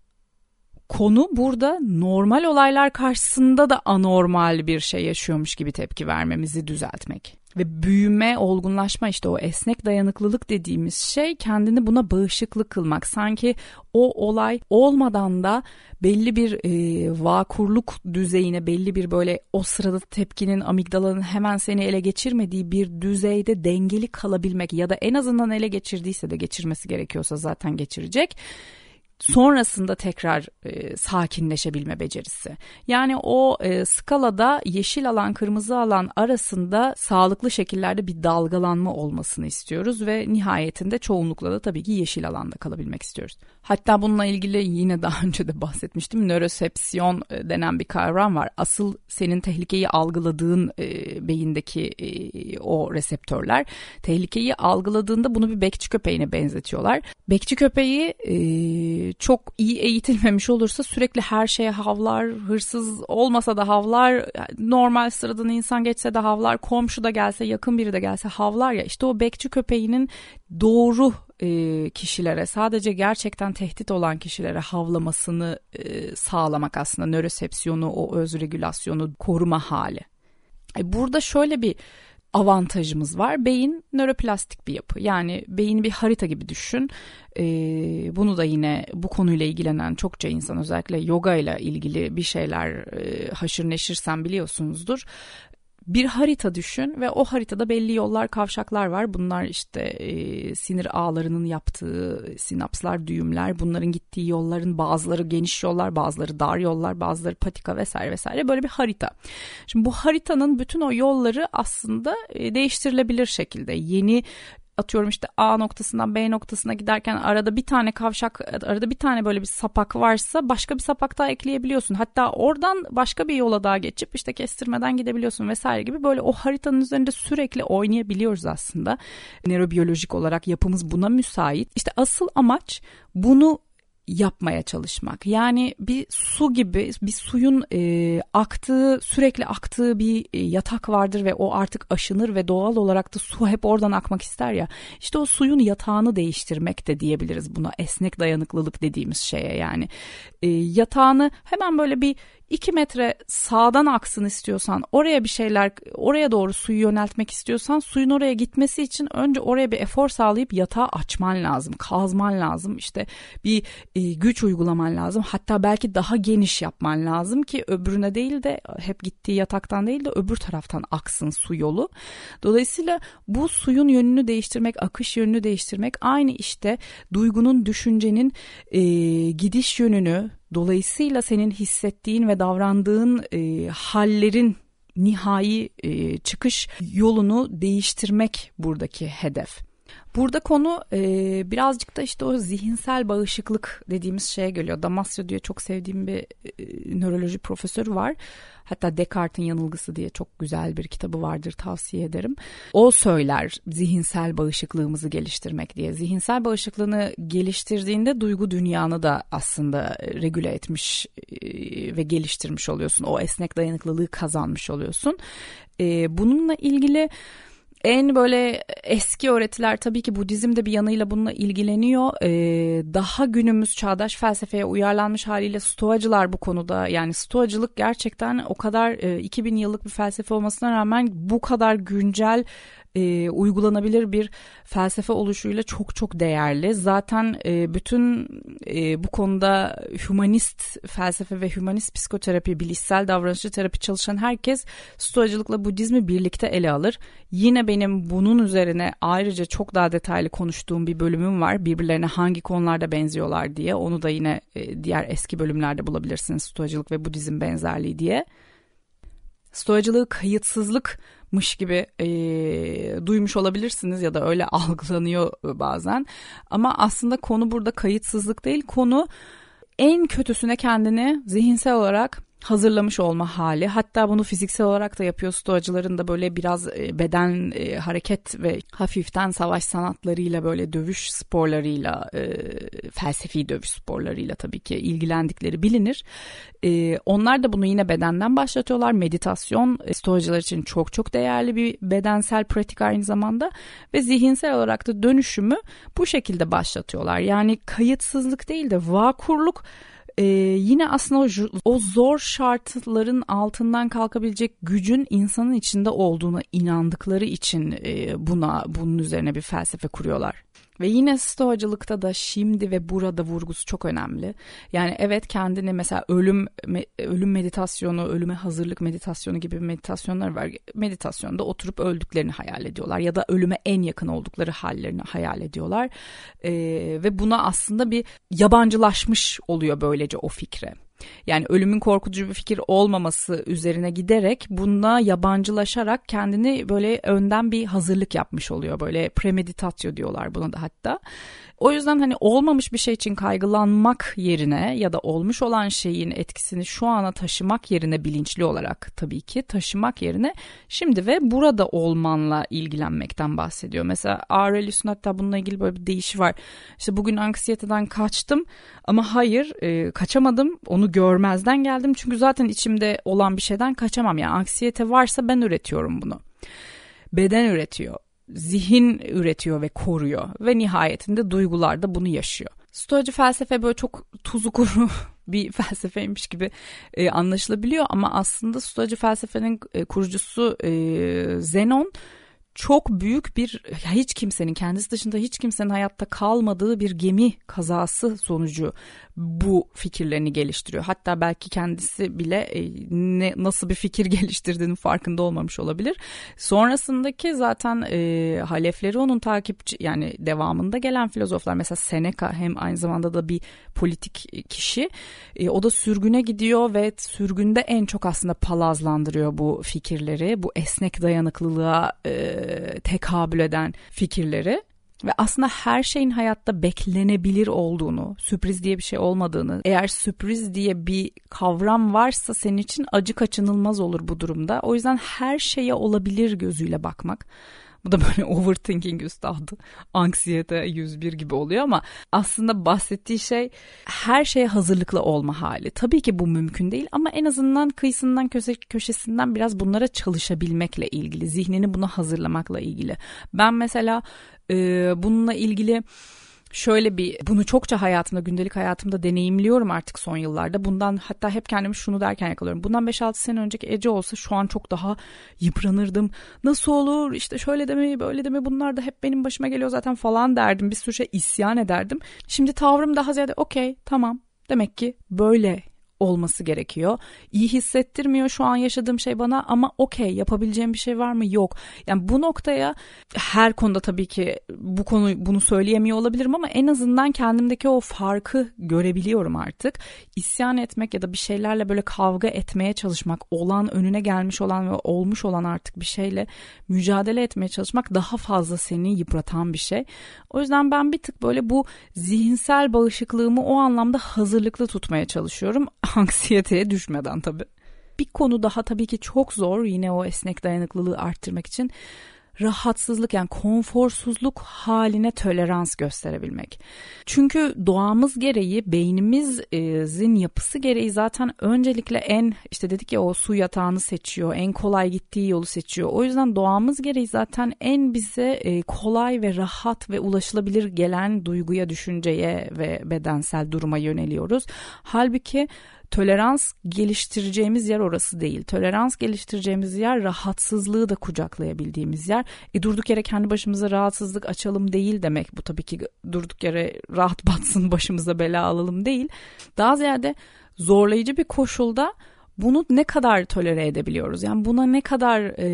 Konu burada normal olaylar karşısında da anormal bir şey yaşıyormuş gibi tepki vermemizi düzeltmek. Ve büyüme, olgunlaşma, işte o esnek dayanıklılık dediğimiz şey kendini buna bağışıklık kılmak. Sanki o olay olmadan da belli bir e, vakurluk düzeyine, belli bir böyle o sırada tepkinin, amigdalanın hemen seni ele geçirmediği bir düzeyde dengeli kalabilmek ya da en azından ele geçirdiyse de, geçirmesi gerekiyorsa zaten geçirecek. Sonrasında tekrar e, sakinleşebilme becerisi. Yani o e, skalada yeşil alan, kırmızı alan arasında sağlıklı şekillerde bir dalgalanma olmasını istiyoruz ve nihayetinde çoğunlukla da tabii ki yeşil alanda kalabilmek istiyoruz. Hatta bununla ilgili yine daha önce de bahsetmiştim. Nörosepsiyon e, denen bir kavram var. Asıl senin tehlikeyi algıladığın e, beyindeki e, o reseptörler, tehlikeyi algıladığında bunu bir bekçi köpeğine benzetiyorlar. Bekçi köpeği e, çok iyi eğitilmemiş olursa sürekli her şeye havlar, hırsız olmasa da havlar, normal sıradan insan geçse de havlar, komşu da gelse, yakın biri de gelse havlar ya. İşte o bekçi köpeğinin doğru e, kişilere, sadece gerçekten tehdit olan kişilere havlamasını e, sağlamak aslında nörosepsiyonu, o öz regülasyonu koruma hali. E, burada şöyle bir avantajımız var. Beyin nöroplastik bir yapı. Yani beyni bir harita gibi düşün. Ee, bunu da yine bu konuyla ilgilenen çokça insan, özellikle yoga ile ilgili bir şeyler e, haşır neşirsen biliyorsunuzdur. Bir harita düşün ve o haritada belli yollar, kavşaklar var. Bunlar işte e, sinir ağlarının yaptığı sinapslar, düğümler. Bunların gittiği yolların bazıları geniş yollar, bazıları dar yollar, bazıları patika vesaire vesaire, böyle bir harita. Şimdi bu haritanın bütün o yolları aslında e, değiştirilebilir şekilde. Yeni, atıyorum işte A noktasından B noktasına giderken arada bir tane kavşak, arada bir tane böyle bir sapak varsa başka bir sapak daha ekleyebiliyorsun. Hatta oradan başka bir yola daha geçip işte kestirmeden gidebiliyorsun vesaire gibi, böyle o haritanın üzerinde sürekli oynayabiliyoruz aslında. Nörobiyolojik olarak yapımız buna müsait. İşte asıl amaç bunu yapmaya çalışmak. Yani bir su gibi, bir suyun e, aktığı, sürekli aktığı bir e, yatak vardır ve o artık aşınır ve doğal olarak da su hep oradan akmak ister ya. İşte o suyun yatağını değiştirmek de diyebiliriz buna, esnek dayanıklılık dediğimiz şeye. Yani e, yatağını hemen böyle bir iki metre sağdan aksın istiyorsan, oraya bir şeyler, oraya doğru suyu yöneltmek istiyorsan, suyun oraya gitmesi için önce oraya bir efor sağlayıp yatağı açman lazım, kazman lazım, işte bir e, güç uygulaman lazım, hatta belki daha geniş yapman lazım ki öbürüne değil de, hep gittiği yataktan değil de öbür taraftan aksın su yolu. Dolayısıyla bu suyun yönünü değiştirmek, akış yönünü değiştirmek aynı işte duygunun, düşüncenin e, gidiş yönünü, dolayısıyla senin hissettiğin ve davrandığın e, hallerin nihai e, çıkış yolunu değiştirmek buradaki hedef. Burada konu e, birazcık da işte o zihinsel bağışıklık dediğimiz şeye geliyor. Damasio diye çok sevdiğim bir e, nöroloji profesörü var. Hatta Descartes'in Yanılgısı diye çok güzel bir kitabı vardır, tavsiye ederim. O söyler zihinsel bağışıklığımızı geliştirmek diye. Zihinsel bağışıklığını geliştirdiğinde duygu dünyanı da aslında regüle etmiş ve geliştirmiş oluyorsun. O esnek dayanıklılığı kazanmış oluyorsun. Bununla ilgili en böyle eski öğretiler, tabii ki Budizm de bir yanıyla bununla ilgileniyor. Ee, daha günümüz çağdaş felsefeye uyarlanmış haliyle Stoacılar bu konuda, yani Stoacılık gerçekten o kadar e, iki bin yıllık bir felsefe olmasına rağmen bu kadar güncel e, uygulanabilir bir felsefe oluşuyla çok çok değerli. Zaten e, bütün e, bu konuda hümanist felsefe ve hümanist psikoterapi, bilişsel davranışçı terapi çalışan herkes Stoacılıkla Budizmi birlikte ele alır. Yine benim bunun üzerine ayrıca çok daha detaylı konuştuğum bir bölümüm var. Birbirlerine hangi konularda benziyorlar diye. Onu da yine e, diğer eski bölümlerde bulabilirsiniz. Stoacılık ve Budizm benzerliği diye. Stoacılığı kayıtsızlıkmış gibi e, duymuş olabilirsiniz ya da öyle algılanıyor bazen. Ama aslında konu burada kayıtsızlık değil. Konu en kötüsüne kendini zihinsel olarak hazırlamış olma hali. Hatta bunu fiziksel olarak da yapıyor. Stoacıların da böyle biraz beden, hareket ve hafiften savaş sanatlarıyla, böyle dövüş sporlarıyla, felsefi dövüş sporlarıyla tabii ki ilgilendikleri bilinir. Onlar da bunu yine bedenden başlatıyorlar. Meditasyon Stoacılar için çok çok değerli bir bedensel pratik aynı zamanda ve zihinsel olarak da dönüşümü bu şekilde başlatıyorlar. Yani kayıtsızlık değil de vakurluk. Ee, yine aslında o, o zor şartların altından kalkabilecek gücün insanın içinde olduğuna inandıkları için e, buna bunun üzerine bir felsefe kuruyorlar. Ve yine Stoacılıkta da şimdi ve burada vurgusu çok önemli. Yani evet, kendini mesela ölüm ölüm meditasyonu, ölüme hazırlık meditasyonu gibi meditasyonlar var. Meditasyonda oturup öldüklerini hayal ediyorlar ya da ölüme en yakın oldukları hallerini hayal ediyorlar. Ee, ve buna aslında bir yabancılaşmış oluyor böylece o fikre. Yani ölümün korkutucu bir fikir olmaması üzerine giderek buna yabancılaşarak kendini böyle önden bir hazırlık yapmış oluyor. Böyle premeditatio diyorlar buna da hatta. O yüzden hani olmamış bir şey için kaygılanmak yerine ya da olmuş olan şeyin etkisini şu ana taşımak yerine, bilinçli olarak tabii ki taşımak yerine şimdi ve burada olmanla ilgilenmekten bahsediyor. Mesela Aurelius'un hatta bununla ilgili böyle bir deyişi var. İşte bugün anksiyeteden kaçtım ama hayır e, kaçamadım, onu görmezden geldim. Çünkü zaten içimde olan bir şeyden kaçamam. Yani anksiyete varsa ben üretiyorum bunu. Beden üretiyor. Zihin üretiyor ve koruyor ve nihayetinde duygular da bunu yaşıyor. Stoacı felsefe böyle çok tuzu kuru bir felsefeymiş gibi e, anlaşılabiliyor ama aslında Stoacı felsefenin e, kurucusu e, Zenon çok büyük bir, hiç kimsenin, kendisi dışında hiç kimsenin hayatta kalmadığı bir gemi kazası sonucu bu fikirlerini geliştiriyor. Hatta belki kendisi bile e, ne, nasıl bir fikir geliştirdiğinin farkında olmamış olabilir. Sonrasındaki zaten e, halefleri onun takipçi, yani devamında gelen filozoflar, mesela Seneca hem aynı zamanda da bir politik kişi. E, o da sürgüne gidiyor ve sürgünde en çok aslında palazlandırıyor bu fikirleri, bu esnek dayanıklılığa e, tekabül eden fikirleri. Ve aslında her şeyin hayatta beklenebilir olduğunu, sürpriz diye bir şey olmadığını, eğer sürpriz diye bir kavram varsa senin için acı kaçınılmaz olur bu durumda. O yüzden her şeye olabilir gözüyle bakmak. Bu da böyle overthinking üstadı, anksiyete yüz bir gibi oluyor ama aslında bahsettiği şey her şeye hazırlıklı olma hali. Tabii ki bu mümkün değil ama en azından kıyısından köşesinden biraz bunlara çalışabilmekle ilgili, zihnini buna hazırlamakla ilgili. Ben mesela e, bununla ilgili şöyle bir, bunu çokça hayatımda, gündelik hayatımda deneyimliyorum artık son yıllarda. Bundan hatta hep kendimi şunu derken yakalıyorum. Bundan beş altı sene önceki Ece olsa şu an çok daha yıpranırdım. Nasıl olur, işte şöyle deme, böyle deme, bunlar da hep benim başıma geliyor zaten falan derdim. Bir sürü şey isyan ederdim. Şimdi tavrım daha ziyade okey, tamam, demek ki böyle olması gerekiyor. İyi hissettirmiyor şu an yaşadığım şey bana ama okey, yapabileceğim bir şey var mı? Yok. Yani bu noktaya her konuda tabii ki bu konu bunu söyleyemiyor olabilirim ama en azından kendimdeki o farkı görebiliyorum artık. İsyan etmek ya da bir şeylerle böyle kavga etmeye çalışmak, olan, önüne gelmiş olan ve olmuş olan artık bir şeyle mücadele etmeye çalışmak daha fazla seni yıpratan bir şey. O yüzden ben bir tık böyle bu zihinsel bağışıklığımı o anlamda hazırlıklı tutmaya çalışıyorum. Anksiyeteye düşmeden tabii. Bir konu daha tabii ki çok zor, yine o esnek dayanıklılığı arttırmak için rahatsızlık, yani konforsuzluk haline tolerans gösterebilmek. Çünkü doğamız gereği, beynimizin yapısı gereği zaten öncelikle en, işte dedik ya, o su yatağını seçiyor, en kolay gittiği yolu seçiyor. O yüzden doğamız gereği zaten en bize kolay ve rahat ve ulaşılabilir gelen duyguya, düşünceye ve bedensel duruma yöneliyoruz. Halbuki tolerans geliştireceğimiz yer orası değil. Tolerans geliştireceğimiz yer rahatsızlığı da kucaklayabildiğimiz yer. E durduk yere kendi başımıza rahatsızlık açalım değil demek bu, tabii ki durduk yere rahat batsın başımıza bela alalım değil. Daha ziyade zorlayıcı bir koşulda bunu ne kadar tolere edebiliyoruz? Yani buna ne kadar e,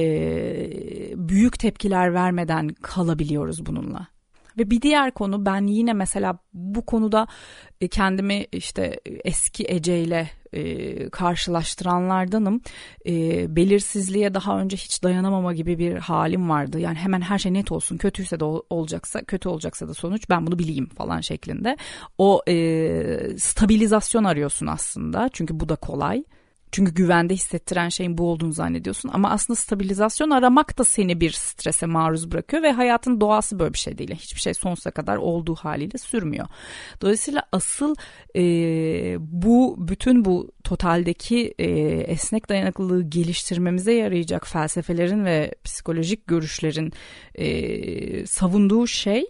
büyük tepkiler vermeden kalabiliyoruz bununla? Ve bir diğer konu, ben yine mesela bu konuda kendimi işte eski Ece ile e, karşılaştıranlardanım. E, belirsizliğe daha önce hiç dayanamama gibi bir halim vardı. Yani hemen her şey net olsun, kötüyse de olacaksa, kötü olacaksa da sonuç ben bunu bileyim falan şeklinde. O e, stabilizasyon arıyorsun aslında, çünkü bu da kolay. Çünkü güvende hissettiren şeyin bu olduğunu zannediyorsun, ama aslında stabilizasyon aramak da seni bir strese maruz bırakıyor ve hayatın doğası böyle bir şey değil. Hiçbir şey sonsuza kadar olduğu haliyle sürmüyor. Dolayısıyla asıl e, bu bütün bu totaldeki e, esnek dayanıklılığı geliştirmemize yarayacak felsefelerin ve psikolojik görüşlerin e, savunduğu şey,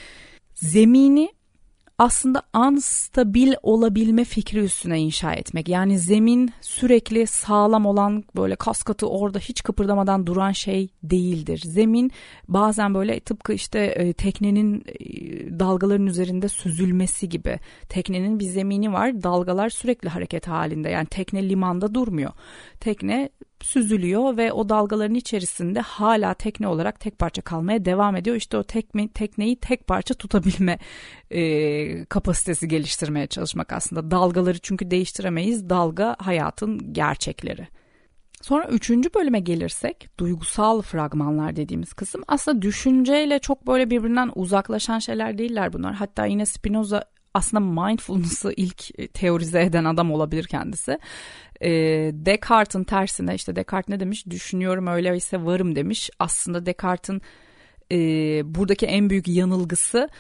zemini aslında unstabil olabilme fikri üstüne inşa etmek. Yani zemin sürekli sağlam olan, böyle kas katı orada hiç kıpırdamadan duran şey değildir. Zemin bazen böyle tıpkı işte e, teknenin e, dalgaların üzerinde süzülmesi gibi. Teknenin bir zemini var, dalgalar sürekli hareket halinde. Yani tekne limanda durmuyor. Tekne süzülüyor ve o dalgaların içerisinde hala tekne olarak tek parça kalmaya devam ediyor. İşte o tekme, tekneyi tek parça tutabilme e, kapasitesi geliştirmeye çalışmak aslında. Dalgaları çünkü değiştiremeyiz. Dalga hayatın gerçekleri. Sonra üçüncü bölüme gelirsek, duygusal fragmanlar dediğimiz kısım, aslında düşünceyle çok böyle birbirinden uzaklaşan şeyler değiller bunlar. Hatta yine Spinoza aslında mindfulness'ı ilk teorize eden adam olabilir kendisi. E, Descartes'in tersine, işte Descartes ne demiş? Düşünüyorum öyleyse varım demiş. Aslında Descartes'in e, buradaki en büyük yanılgısı,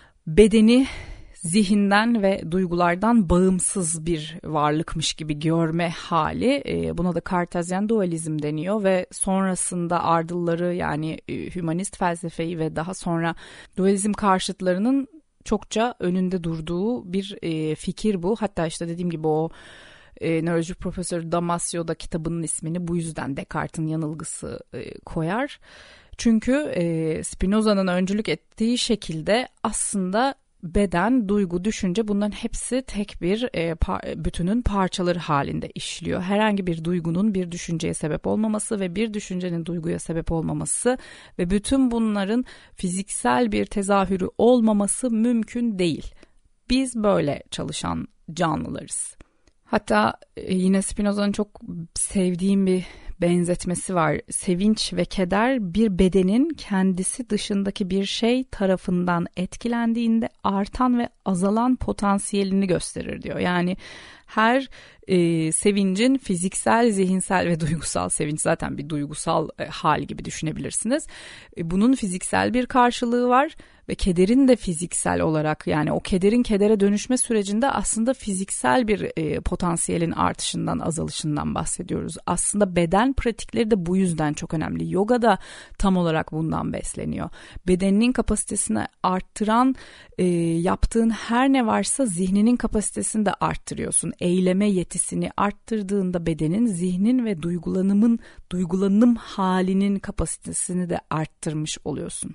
bedeni zihinden ve duygulardan bağımsız bir varlıkmış gibi görme hali. E, buna da Kartezyen dualizm deniyor ve sonrasında ardılları, yani e, hümanist felsefeyi ve daha sonra dualizm karşıtlarının çokça önünde durduğu bir e, fikir bu. Hatta işte dediğim gibi o e, nöroloji profesörü Damasio da kitabının ismini bu yüzden Descartes'in yanılgısı e, koyar. Çünkü e, Spinoza'nın öncülük ettiği şekilde aslında beden, duygu, düşünce, bunların hepsi tek bir e, pa- bütünün parçaları halinde işliyor. Herhangi bir duygunun bir düşünceye sebep olmaması ve bir düşüncenin duyguya sebep olmaması ve bütün bunların fiziksel bir tezahürü olmaması mümkün değil. Biz böyle çalışan canlılarız. Hatta e, yine Spinoza'nın çok sevdiğim bir benzetmesi var. Sevinç ve keder bir bedenin kendisi dışındaki bir şey tarafından etkilendiğinde artan ve azalan potansiyelini gösterir diyor. Yani her e, sevincin fiziksel, zihinsel ve duygusal, sevinç zaten bir duygusal e, hal gibi düşünebilirsiniz. E, bunun fiziksel bir karşılığı var ve kederin de fiziksel olarak, yani o kederin kedere dönüşme sürecinde aslında fiziksel bir e, potansiyelin artışından, azalışından bahsediyoruz. Aslında beden pratikleri de bu yüzden çok önemli. Yoga da tam olarak bundan besleniyor. Bedeninin kapasitesini arttıran e, yaptığın her ne varsa zihninin kapasitesini de arttırıyorsun. Eyleme yetisini arttırdığında bedenin, zihnin ve duygulanımın, duygulanım halinin kapasitesini de arttırmış oluyorsun.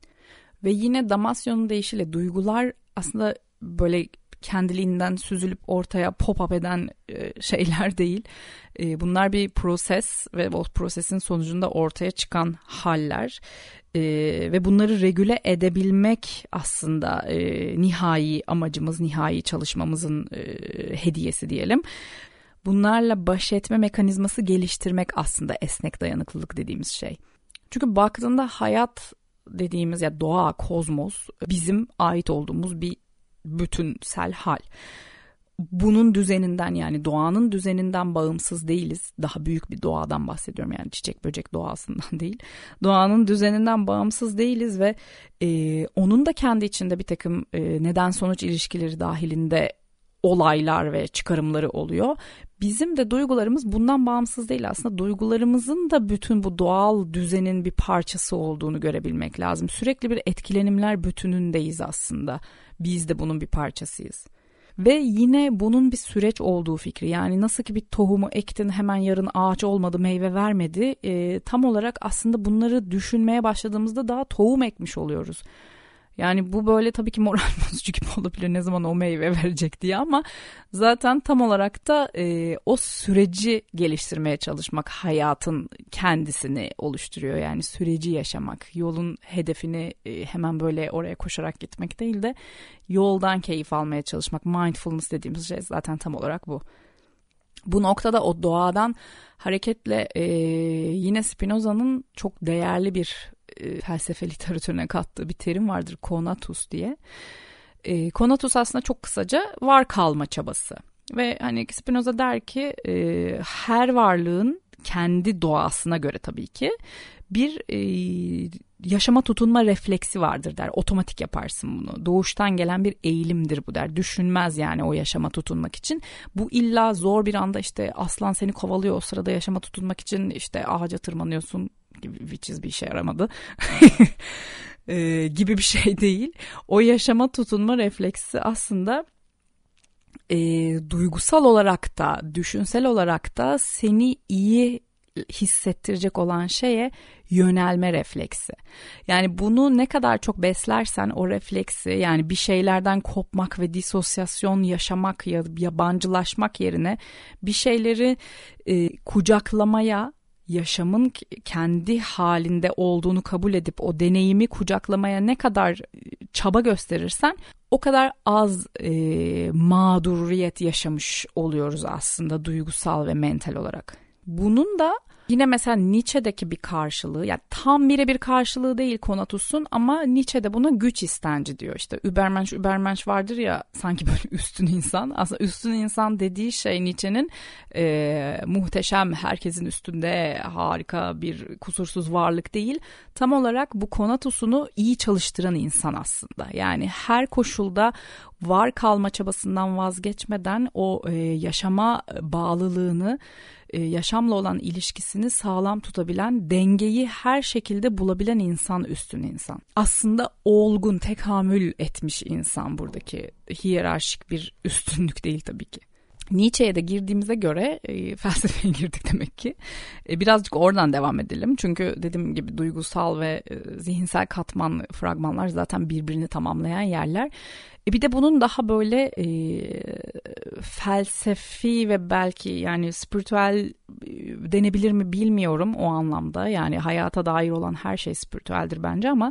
Ve yine Damasio'nun deyişiyle duygular aslında böyle kendiliğinden süzülüp ortaya pop-up eden şeyler değil. Bunlar bir proses ve o prosesin sonucunda ortaya çıkan haller. Ve bunları regüle edebilmek aslında nihai amacımız, nihai çalışmamızın hediyesi diyelim. Bunlarla baş etme mekanizması geliştirmek aslında esnek dayanıklılık dediğimiz şey. Çünkü baktığında hayat dediğimiz, ya doğa, kozmos bizim ait olduğumuz bir bütünsel hal. Bunun düzeninden, yani doğanın düzeninden bağımsız değiliz. Daha büyük bir doğadan bahsediyorum, yani çiçek böcek doğasından değil. Doğanın düzeninden bağımsız değiliz ve e, onun da kendi içinde bir takım e, neden sonuç ilişkileri dahilinde olaylar ve çıkarımları oluyor. Bizim de duygularımız bundan bağımsız değil aslında. Duygularımızın da bütün bu doğal düzenin bir parçası olduğunu görebilmek lazım. Sürekli bir etkilenimler bütünündeyiz aslında. Biz de bunun bir parçasıyız. Ve yine bunun bir süreç olduğu fikri. Yani nasıl ki bir tohumu ektin hemen yarın ağaç olmadı, meyve vermedi. E, tam olarak aslında bunları düşünmeye başladığımızda daha tohum ekmiş oluyoruz. Yani bu böyle tabii ki moral bozucu gibi olabilir, ne zaman o meyve verecek diye, ama zaten tam olarak da e, o süreci geliştirmeye çalışmak hayatın kendisini oluşturuyor. Yani süreci yaşamak, yolun hedefini e, hemen böyle oraya koşarak gitmek değil de yoldan keyif almaya çalışmak. Mindfulness dediğimiz şey zaten tam olarak bu. Bu noktada o doğadan hareketle e, yine Spinoza'nın çok değerli bir e, felsefe literatürüne kattığı bir terim vardır, conatus diye. E, conatus aslında çok kısaca var kalma çabası. Ve hani Spinoza der ki e, her varlığın kendi doğasına göre tabii ki bir e, yaşama tutunma refleksi vardır der. Otomatik yaparsın bunu. Doğuştan gelen bir eğilimdir bu der. Düşünmez yani o yaşama tutunmak için. Bu illa zor bir anda işte aslan seni kovalıyor, o sırada yaşama tutunmak için işte ağaca tırmanıyorsun gibi, which is bir işe yaramadı e, gibi bir şey değil. O yaşama tutunma refleksi aslında e, duygusal olarak da düşünsel olarak da seni iyi hissettirecek olan şeye yönelme refleksi. Yani bunu ne kadar çok beslersen o refleksi, yani bir şeylerden kopmak ve disosyasyon yaşamak ya yabancılaşmak yerine bir şeyleri e, kucaklamaya, yaşamın kendi halinde olduğunu kabul edip o deneyimi kucaklamaya ne kadar çaba gösterirsen o kadar az e, mağduriyet yaşamış oluyoruz aslında duygusal ve mental olarak. Bunun da yine mesela Nietzsche'deki bir karşılığı, yani tam birebir karşılığı değil Conatus'un, ama Nietzsche de buna güç istenci diyor. İşte Übermensch, Übermensch vardır ya, sanki böyle üstün insan. Aslında üstün insan dediği şey Nietzsche'nin e, muhteşem, herkesin üstünde harika bir kusursuz varlık değil. Tam olarak bu Conatus'unu iyi çalıştıran insan aslında. Yani her koşulda var kalma çabasından vazgeçmeden o e, yaşama bağlılığını, yaşamla olan ilişkisini sağlam tutabilen, dengeyi her şekilde bulabilen insan üstün insan. Aslında olgun, tekamül etmiş insan buradaki, hiyerarşik bir üstünlük değil tabii ki. Nietzsche'ye de girdiğimize göre e, felsefeye girdik demek ki. E, birazcık oradan devam edelim. Çünkü dediğim gibi duygusal ve e, zihinsel katman fragmanlar zaten birbirini tamamlayan yerler. E, bir de bunun daha böyle e, felsefi ve belki yani spiritüel e, denebilir mi bilmiyorum o anlamda. Yani hayata dair olan her şey spiritüeldir bence, ama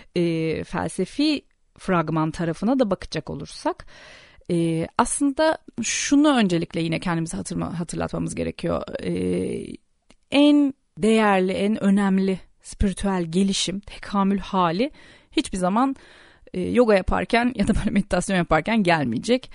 e, felsefi fragman tarafına da bakacak olursak, Ee, aslında şunu öncelikle yine kendimize hatırma, hatırlatmamız gerekiyor. Ee, en değerli, en önemli spiritüel gelişim, tekamül hali hiçbir zaman e, yoga yaparken ya da böyle meditasyon yaparken gelmeyecek.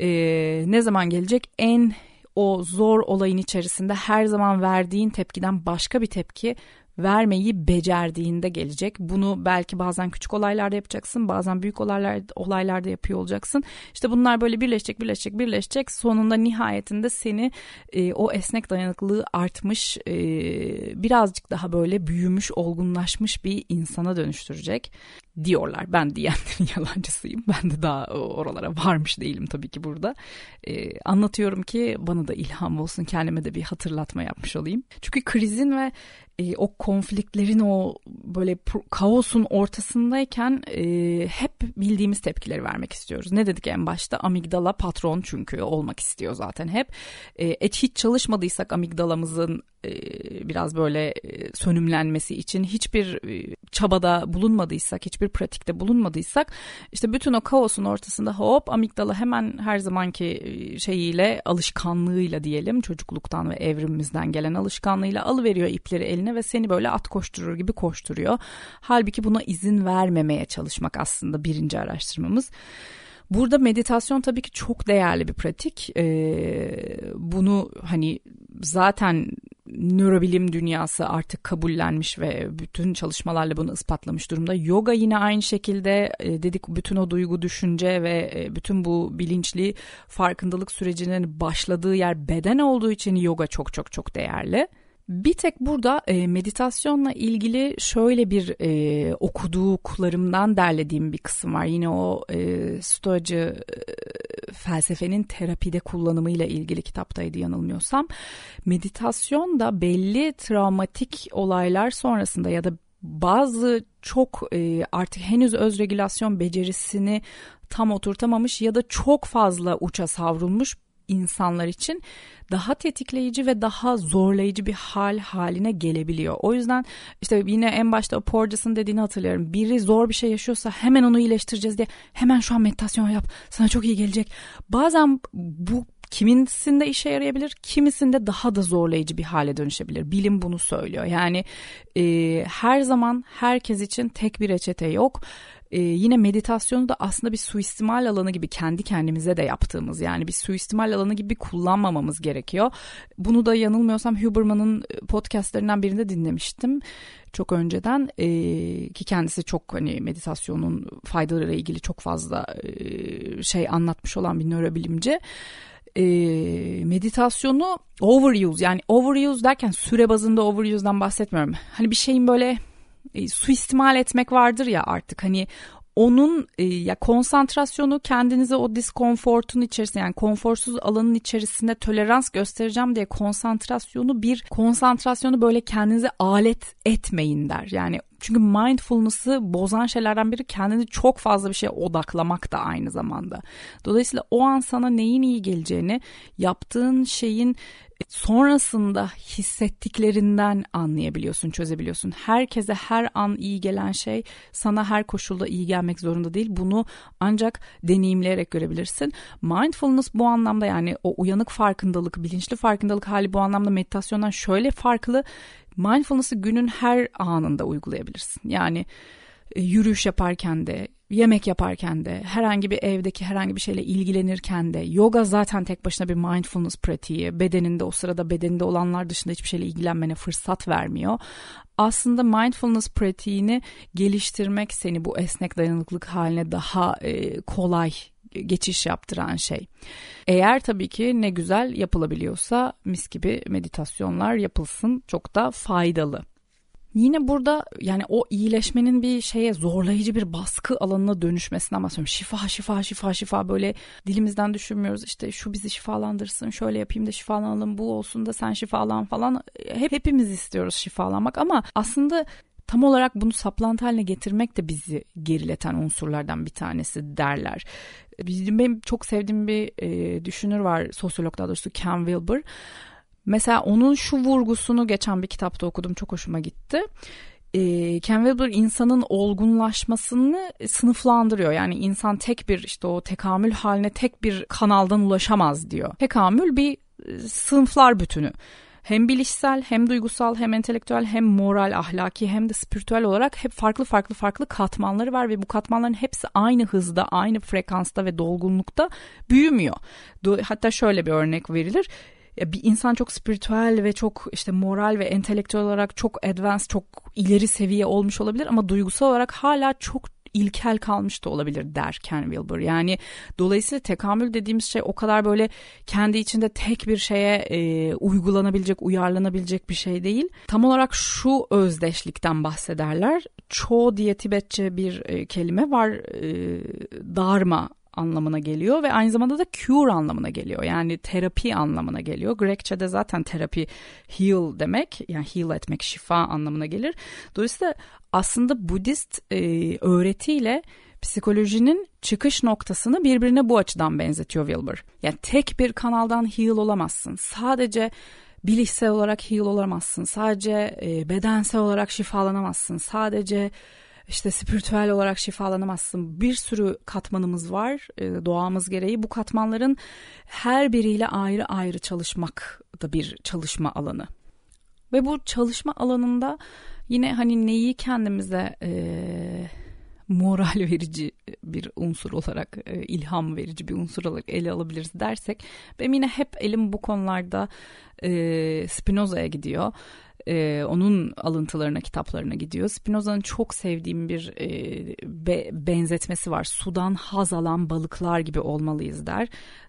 Ee, ne zaman gelecek? En o zor olayın içerisinde her zaman verdiğin tepkiden başka bir tepki vermeyi becerdiğinde gelecek. Bunu belki bazen küçük olaylarda yapacaksın, bazen büyük olaylar, olaylarda yapıyor olacaksın. İşte bunlar böyle birleşecek, birleşecek, birleşecek. Sonunda nihayetinde seni e, o esnek dayanıklılığı artmış, e, birazcık daha böyle büyümüş, olgunlaşmış bir insana dönüştürecek diyorlar. Ben diyenlerin yalancısıyım. Ben de daha oralara varmış değilim tabii ki burada. E, anlatıyorum ki bana da ilham olsun, kendime de bir hatırlatma yapmış olayım. Çünkü krizin ve e, o konfliktlerin, o böyle kaosun ortasındayken e, hep bildiğimiz tepkileri vermek istiyoruz. Ne dedik en başta? Amigdala patron çünkü olmak istiyor zaten hep. E, et hiç çalışmadıysak amigdalamızın e, biraz böyle e, sönümlenmesi için hiçbir e, çabada bulunmadıysak, hiçbir pratikte bulunmadıysak, işte bütün o kaosun ortasında hop amigdala hemen her zamanki şeyiyle, alışkanlığıyla diyelim, çocukluktan ve evrimimizden gelen alışkanlığıyla alıveriyor ipleri eline ve seni böyle at koşturur gibi koşturuyor. Halbuki buna izin vermemeye çalışmak aslında birinci araştırmamız. Burada meditasyon tabii ki çok değerli bir pratik. Ee, bunu hani zaten nörobilim dünyası artık kabullenmiş ve bütün çalışmalarla bunu ispatlamış durumda. Yoga yine aynı şekilde, e, dedik, bütün o duygu, düşünce ve e, bütün bu bilinçli farkındalık sürecinin başladığı yer beden olduğu için yoga çok çok çok değerli. Bir tek burada e, meditasyonla ilgili şöyle bir e, okuduklarımdan derlediğim bir kısım var. Yine o e, stoacı e, felsefenin terapide kullanımıyla ilgili kitaptaydı yanılmıyorsam. Meditasyon da belli travmatik olaylar sonrasında ya da bazı çok e, artık henüz öz regülasyon becerisini tam oturtamamış ya da çok fazla uça savrulmuş insanlar için daha tetikleyici ve daha zorlayıcı bir hal haline gelebiliyor. O yüzden işte yine en başta Porges'in dediğini hatırlıyorum. Biri zor bir şey yaşıyorsa hemen onu iyileştireceğiz diye hemen şu an meditasyon yap, sana çok iyi gelecek. Bazen bu kimisinde işe yarayabilir, kimisinde daha da zorlayıcı bir hale dönüşebilir. Bilim bunu söylüyor. Yani e, her zaman herkes için tek bir reçete yok. Ee, yine meditasyonu da aslında bir suistimal alanı gibi kendi kendimize de yaptığımız, yani bir suistimal alanı gibi kullanmamamız gerekiyor. Bunu da yanılmıyorsam Huberman'ın podcastlerinden birinde dinlemiştim çok önceden, ee, ki kendisi çok hani meditasyonun faydalarıyla ilgili çok fazla e, şey anlatmış olan bir nörobilimci. E, meditasyonu overuse, yani overuse derken süre bazında overuse'dan bahsetmiyorum. Hani bir şeyin böyle E, suistimal etmek vardır ya artık, hani onun e, ya konsantrasyonu, kendinize o diskomfortun içerisinde, yani konforsuz alanın içerisinde tolerans göstereceğim diye konsantrasyonu bir konsantrasyonu böyle kendinize alet etmeyin der. Yani çünkü mindfulness'ı bozan şeylerden biri kendini çok fazla bir şeye odaklamak da aynı zamanda. Dolayısıyla o an sana neyin iyi geleceğini, yaptığın şeyin sonrasında hissettiklerinden anlayabiliyorsun, çözebiliyorsun. Herkese her an iyi gelen şey sana her koşulda iyi gelmek zorunda değil. Bunu ancak deneyimleyerek görebilirsin. Mindfulness bu anlamda, yani o uyanık farkındalık, bilinçli farkındalık hali bu anlamda meditasyondan şöyle farklı. Mindfulness'ı günün her anında uygulayabilirsin. Yani yürüyüş yaparken de, yemek yaparken de, herhangi bir evdeki herhangi bir şeyle ilgilenirken de, yoga zaten tek başına bir mindfulness pratiği. Bedeninde, o sırada bedeninde olanlar dışında hiçbir şeyle ilgilenmene fırsat vermiyor. Aslında mindfulness pratiğini geliştirmek seni bu esnek dayanıklılık haline daha e, kolay geçiş yaptıran şey. Eğer tabii ki ne güzel yapılabiliyorsa mis gibi meditasyonlar yapılsın, çok da faydalı. Yine burada yani o iyileşmenin bir şeye, zorlayıcı bir baskı alanına dönüşmesinden bahsediyorum. Şifa, şifa, şifa, şifa, böyle dilimizden düşürmüyoruz. İşte şu bizi şifalandırsın, şöyle yapayım da şifalanalım, bu olsun da sen şifalan falan. Hep hepimiz istiyoruz şifalanmak ama aslında tam olarak bunu saplantı haline getirmek de bizi gerileten unsurlardan bir tanesi derler. Benim çok sevdiğim bir e, düşünür var, sosyolog daha doğrusu, Ken Wilber. Mesela onun şu vurgusunu geçen bir kitapta okudum, çok hoşuma gitti. E, Ken Wilber insanın olgunlaşmasını sınıflandırıyor. Yani insan tek bir, işte o tekamül haline tek bir kanaldan ulaşamaz diyor. Tekamül bir e, sınıflar bütünü. Hem bilişsel, hem duygusal, hem entelektüel, hem moral, ahlaki, hem de spiritüel olarak hep farklı farklı farklı katmanları var ve bu katmanların hepsi aynı hızda, aynı frekansta ve dolgunlukta büyümüyor. Hatta şöyle bir örnek verilir. Bir insan çok spiritüel ve çok işte moral ve entelektüel olarak çok advanced, çok ileri seviye olmuş olabilir ama duygusal olarak hala çok ilkel kalmış da olabilir der Ken Wilber. Yani dolayısıyla tekamül dediğimiz şey o kadar böyle kendi içinde tek bir şeye e, uygulanabilecek, uyarlanabilecek bir şey değil. Tam olarak şu özdeşlikten bahsederler. Cho diye Tibetçe bir e, kelime var. E, dharma anlamına geliyor ve aynı zamanda da cure anlamına geliyor. Yani terapi anlamına geliyor. Grekçe'de zaten terapi heal demek, yani heal etmek, şifa anlamına gelir. Dolayısıyla aslında Budist e, öğretiyle psikolojinin çıkış noktasını birbirine bu açıdan benzetiyor Wilber. Yani tek bir kanaldan heal olamazsın. Sadece bilişsel olarak heal olamazsın. Sadece e, bedensel olarak şifalanamazsın. Sadece İşte spiritüel olarak şifalanamazsın. Bir sürü katmanımız var e, doğamız gereği. Bu katmanların her biriyle ayrı ayrı çalışmak da bir çalışma alanı. Ve bu çalışma alanında yine hani neyi kendimize e, moral verici bir unsur olarak, e, ilham verici bir unsur olarak ele alabiliriz dersek, benim yine hep elim bu konularda e, Spinoza'ya gidiyor. Ee, onun alıntılarına, kitaplarına gidiyor. Spinoza'nın çok sevdiğim bir e, be, benzetmesi var. Sudan haz alan balıklar gibi olmalıyız der.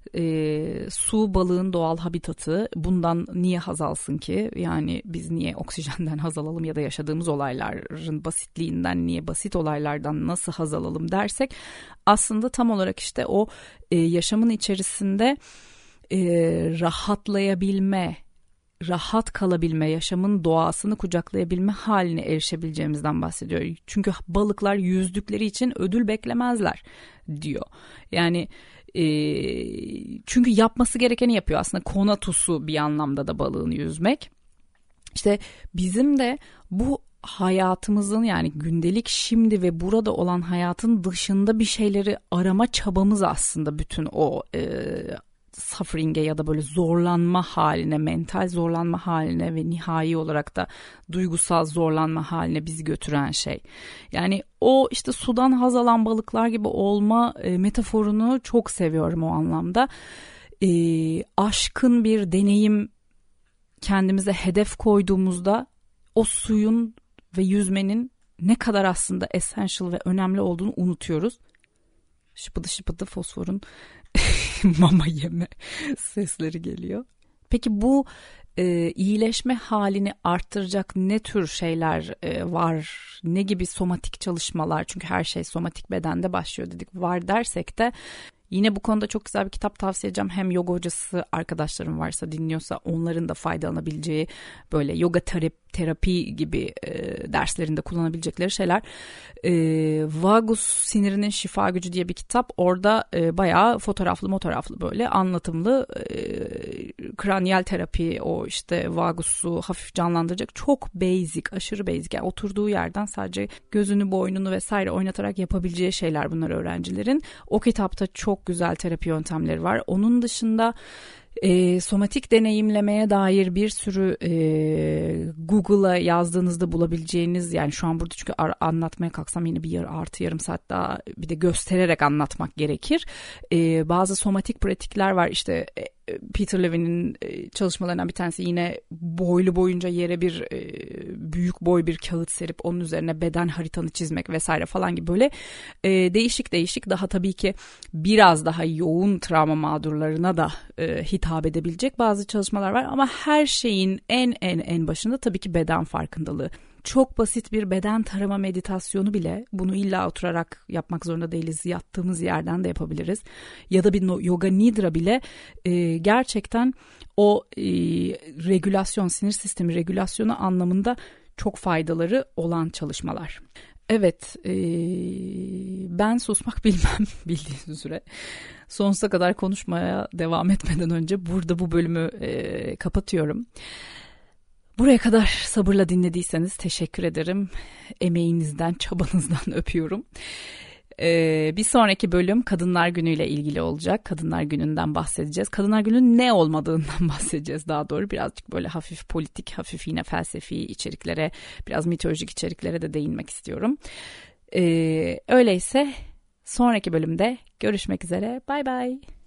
E, su balığın doğal habitatı. Bundan niye haz alsın ki? Yani biz niye oksijenden haz alalım ya da yaşadığımız olayların basitliğinden niye, basit olaylardan nasıl haz alalım dersek aslında tam olarak işte o e, yaşamın içerisinde e, rahatlayabilme, rahat kalabilme, yaşamın doğasını kucaklayabilme haline erişebileceğimizden bahsediyor. Çünkü balıklar yüzdükleri için ödül beklemezler diyor. Yani e, çünkü yapması gerekeni yapıyor aslında, konatusu bir anlamda da balığın yüzmek. İşte bizim de bu hayatımızın, yani gündelik şimdi ve burada olan hayatın dışında bir şeyleri arama çabamız aslında bütün o e, suffering'e ya da böyle zorlanma haline, mental zorlanma haline ve nihai olarak da duygusal zorlanma haline bizi götüren şey. Yani o işte sudan haz alan balıklar gibi olma e, metaforunu çok seviyorum o anlamda. E, aşkın bir deneyim kendimize hedef koyduğumuzda o suyun ve yüzmenin ne kadar aslında essential ve önemli olduğunu unutuyoruz. Şıpıdı şıpıdı fosforun mama yeme sesleri geliyor. Peki bu e, iyileşme halini arttıracak ne tür şeyler e, var? Ne gibi somatik çalışmalar? Çünkü her şey somatik bedende başlıyor dedik. Var dersek de yine bu konuda çok güzel bir kitap tavsiye edeceğim. Hem yoga hocası arkadaşlarım varsa, dinliyorsa onların da faydalanabileceği, böyle yoga terapi, terapi gibi e, derslerinde kullanabilecekleri şeyler. E, Vagus sinirinin şifa gücü diye bir kitap. Orada e, bayağı fotoğraflı fotoğraflı böyle anlatımlı e, kranyal terapi, o işte vagusu hafif canlandıracak, çok basic, aşırı basic. Yani oturduğu yerden sadece gözünü, boynunu vesaire oynatarak yapabileceği şeyler bunlar öğrencilerin. O kitapta çok güzel terapi yöntemleri var. Onun dışında E, somatik deneyimlemeye dair bir sürü e, Google'a yazdığınızda bulabileceğiniz, yani şu an burada çünkü ar- anlatmaya kalksam yine bir yar, artı yarım saat daha bir de göstererek anlatmak gerekir. E, bazı somatik pratikler var işte. E, Peter Levy'nin çalışmalarından bir tanesi, yine boylu boyunca yere bir e, büyük boy bir kağıt serip onun üzerine beden haritanı çizmek vesaire falan gibi böyle e, değişik değişik, daha tabii ki biraz daha yoğun travma mağdurlarına da e, hitap edebilecek bazı çalışmalar var ama her şeyin en en en başında tabii ki beden farkındalığı. Çok basit bir beden tarama meditasyonu bile, bunu illa oturarak yapmak zorunda değiliz, yattığımız yerden de yapabiliriz. Ya da bir yoga nidra bile e, gerçekten o e, regülasyon, sinir sistemi regülasyonu anlamında çok faydaları olan çalışmalar. Evet, e, ben susmak bilmem bildiğiniz üzere. Sonsuza kadar konuşmaya devam etmeden önce burada bu bölümü e, kapatıyorum. Buraya kadar sabırla dinlediyseniz teşekkür ederim. Emeğinizden, çabanızdan öpüyorum. Ee, bir sonraki bölüm Kadınlar Günü ile ilgili olacak. Kadınlar Günü'nden bahsedeceğiz. Kadınlar Günü'nün ne olmadığından bahsedeceğiz daha doğru. Birazcık böyle hafif politik, hafif yine felsefi içeriklere, biraz mitolojik içeriklere de değinmek istiyorum. Ee, öyleyse sonraki bölümde görüşmek üzere. Bay bay.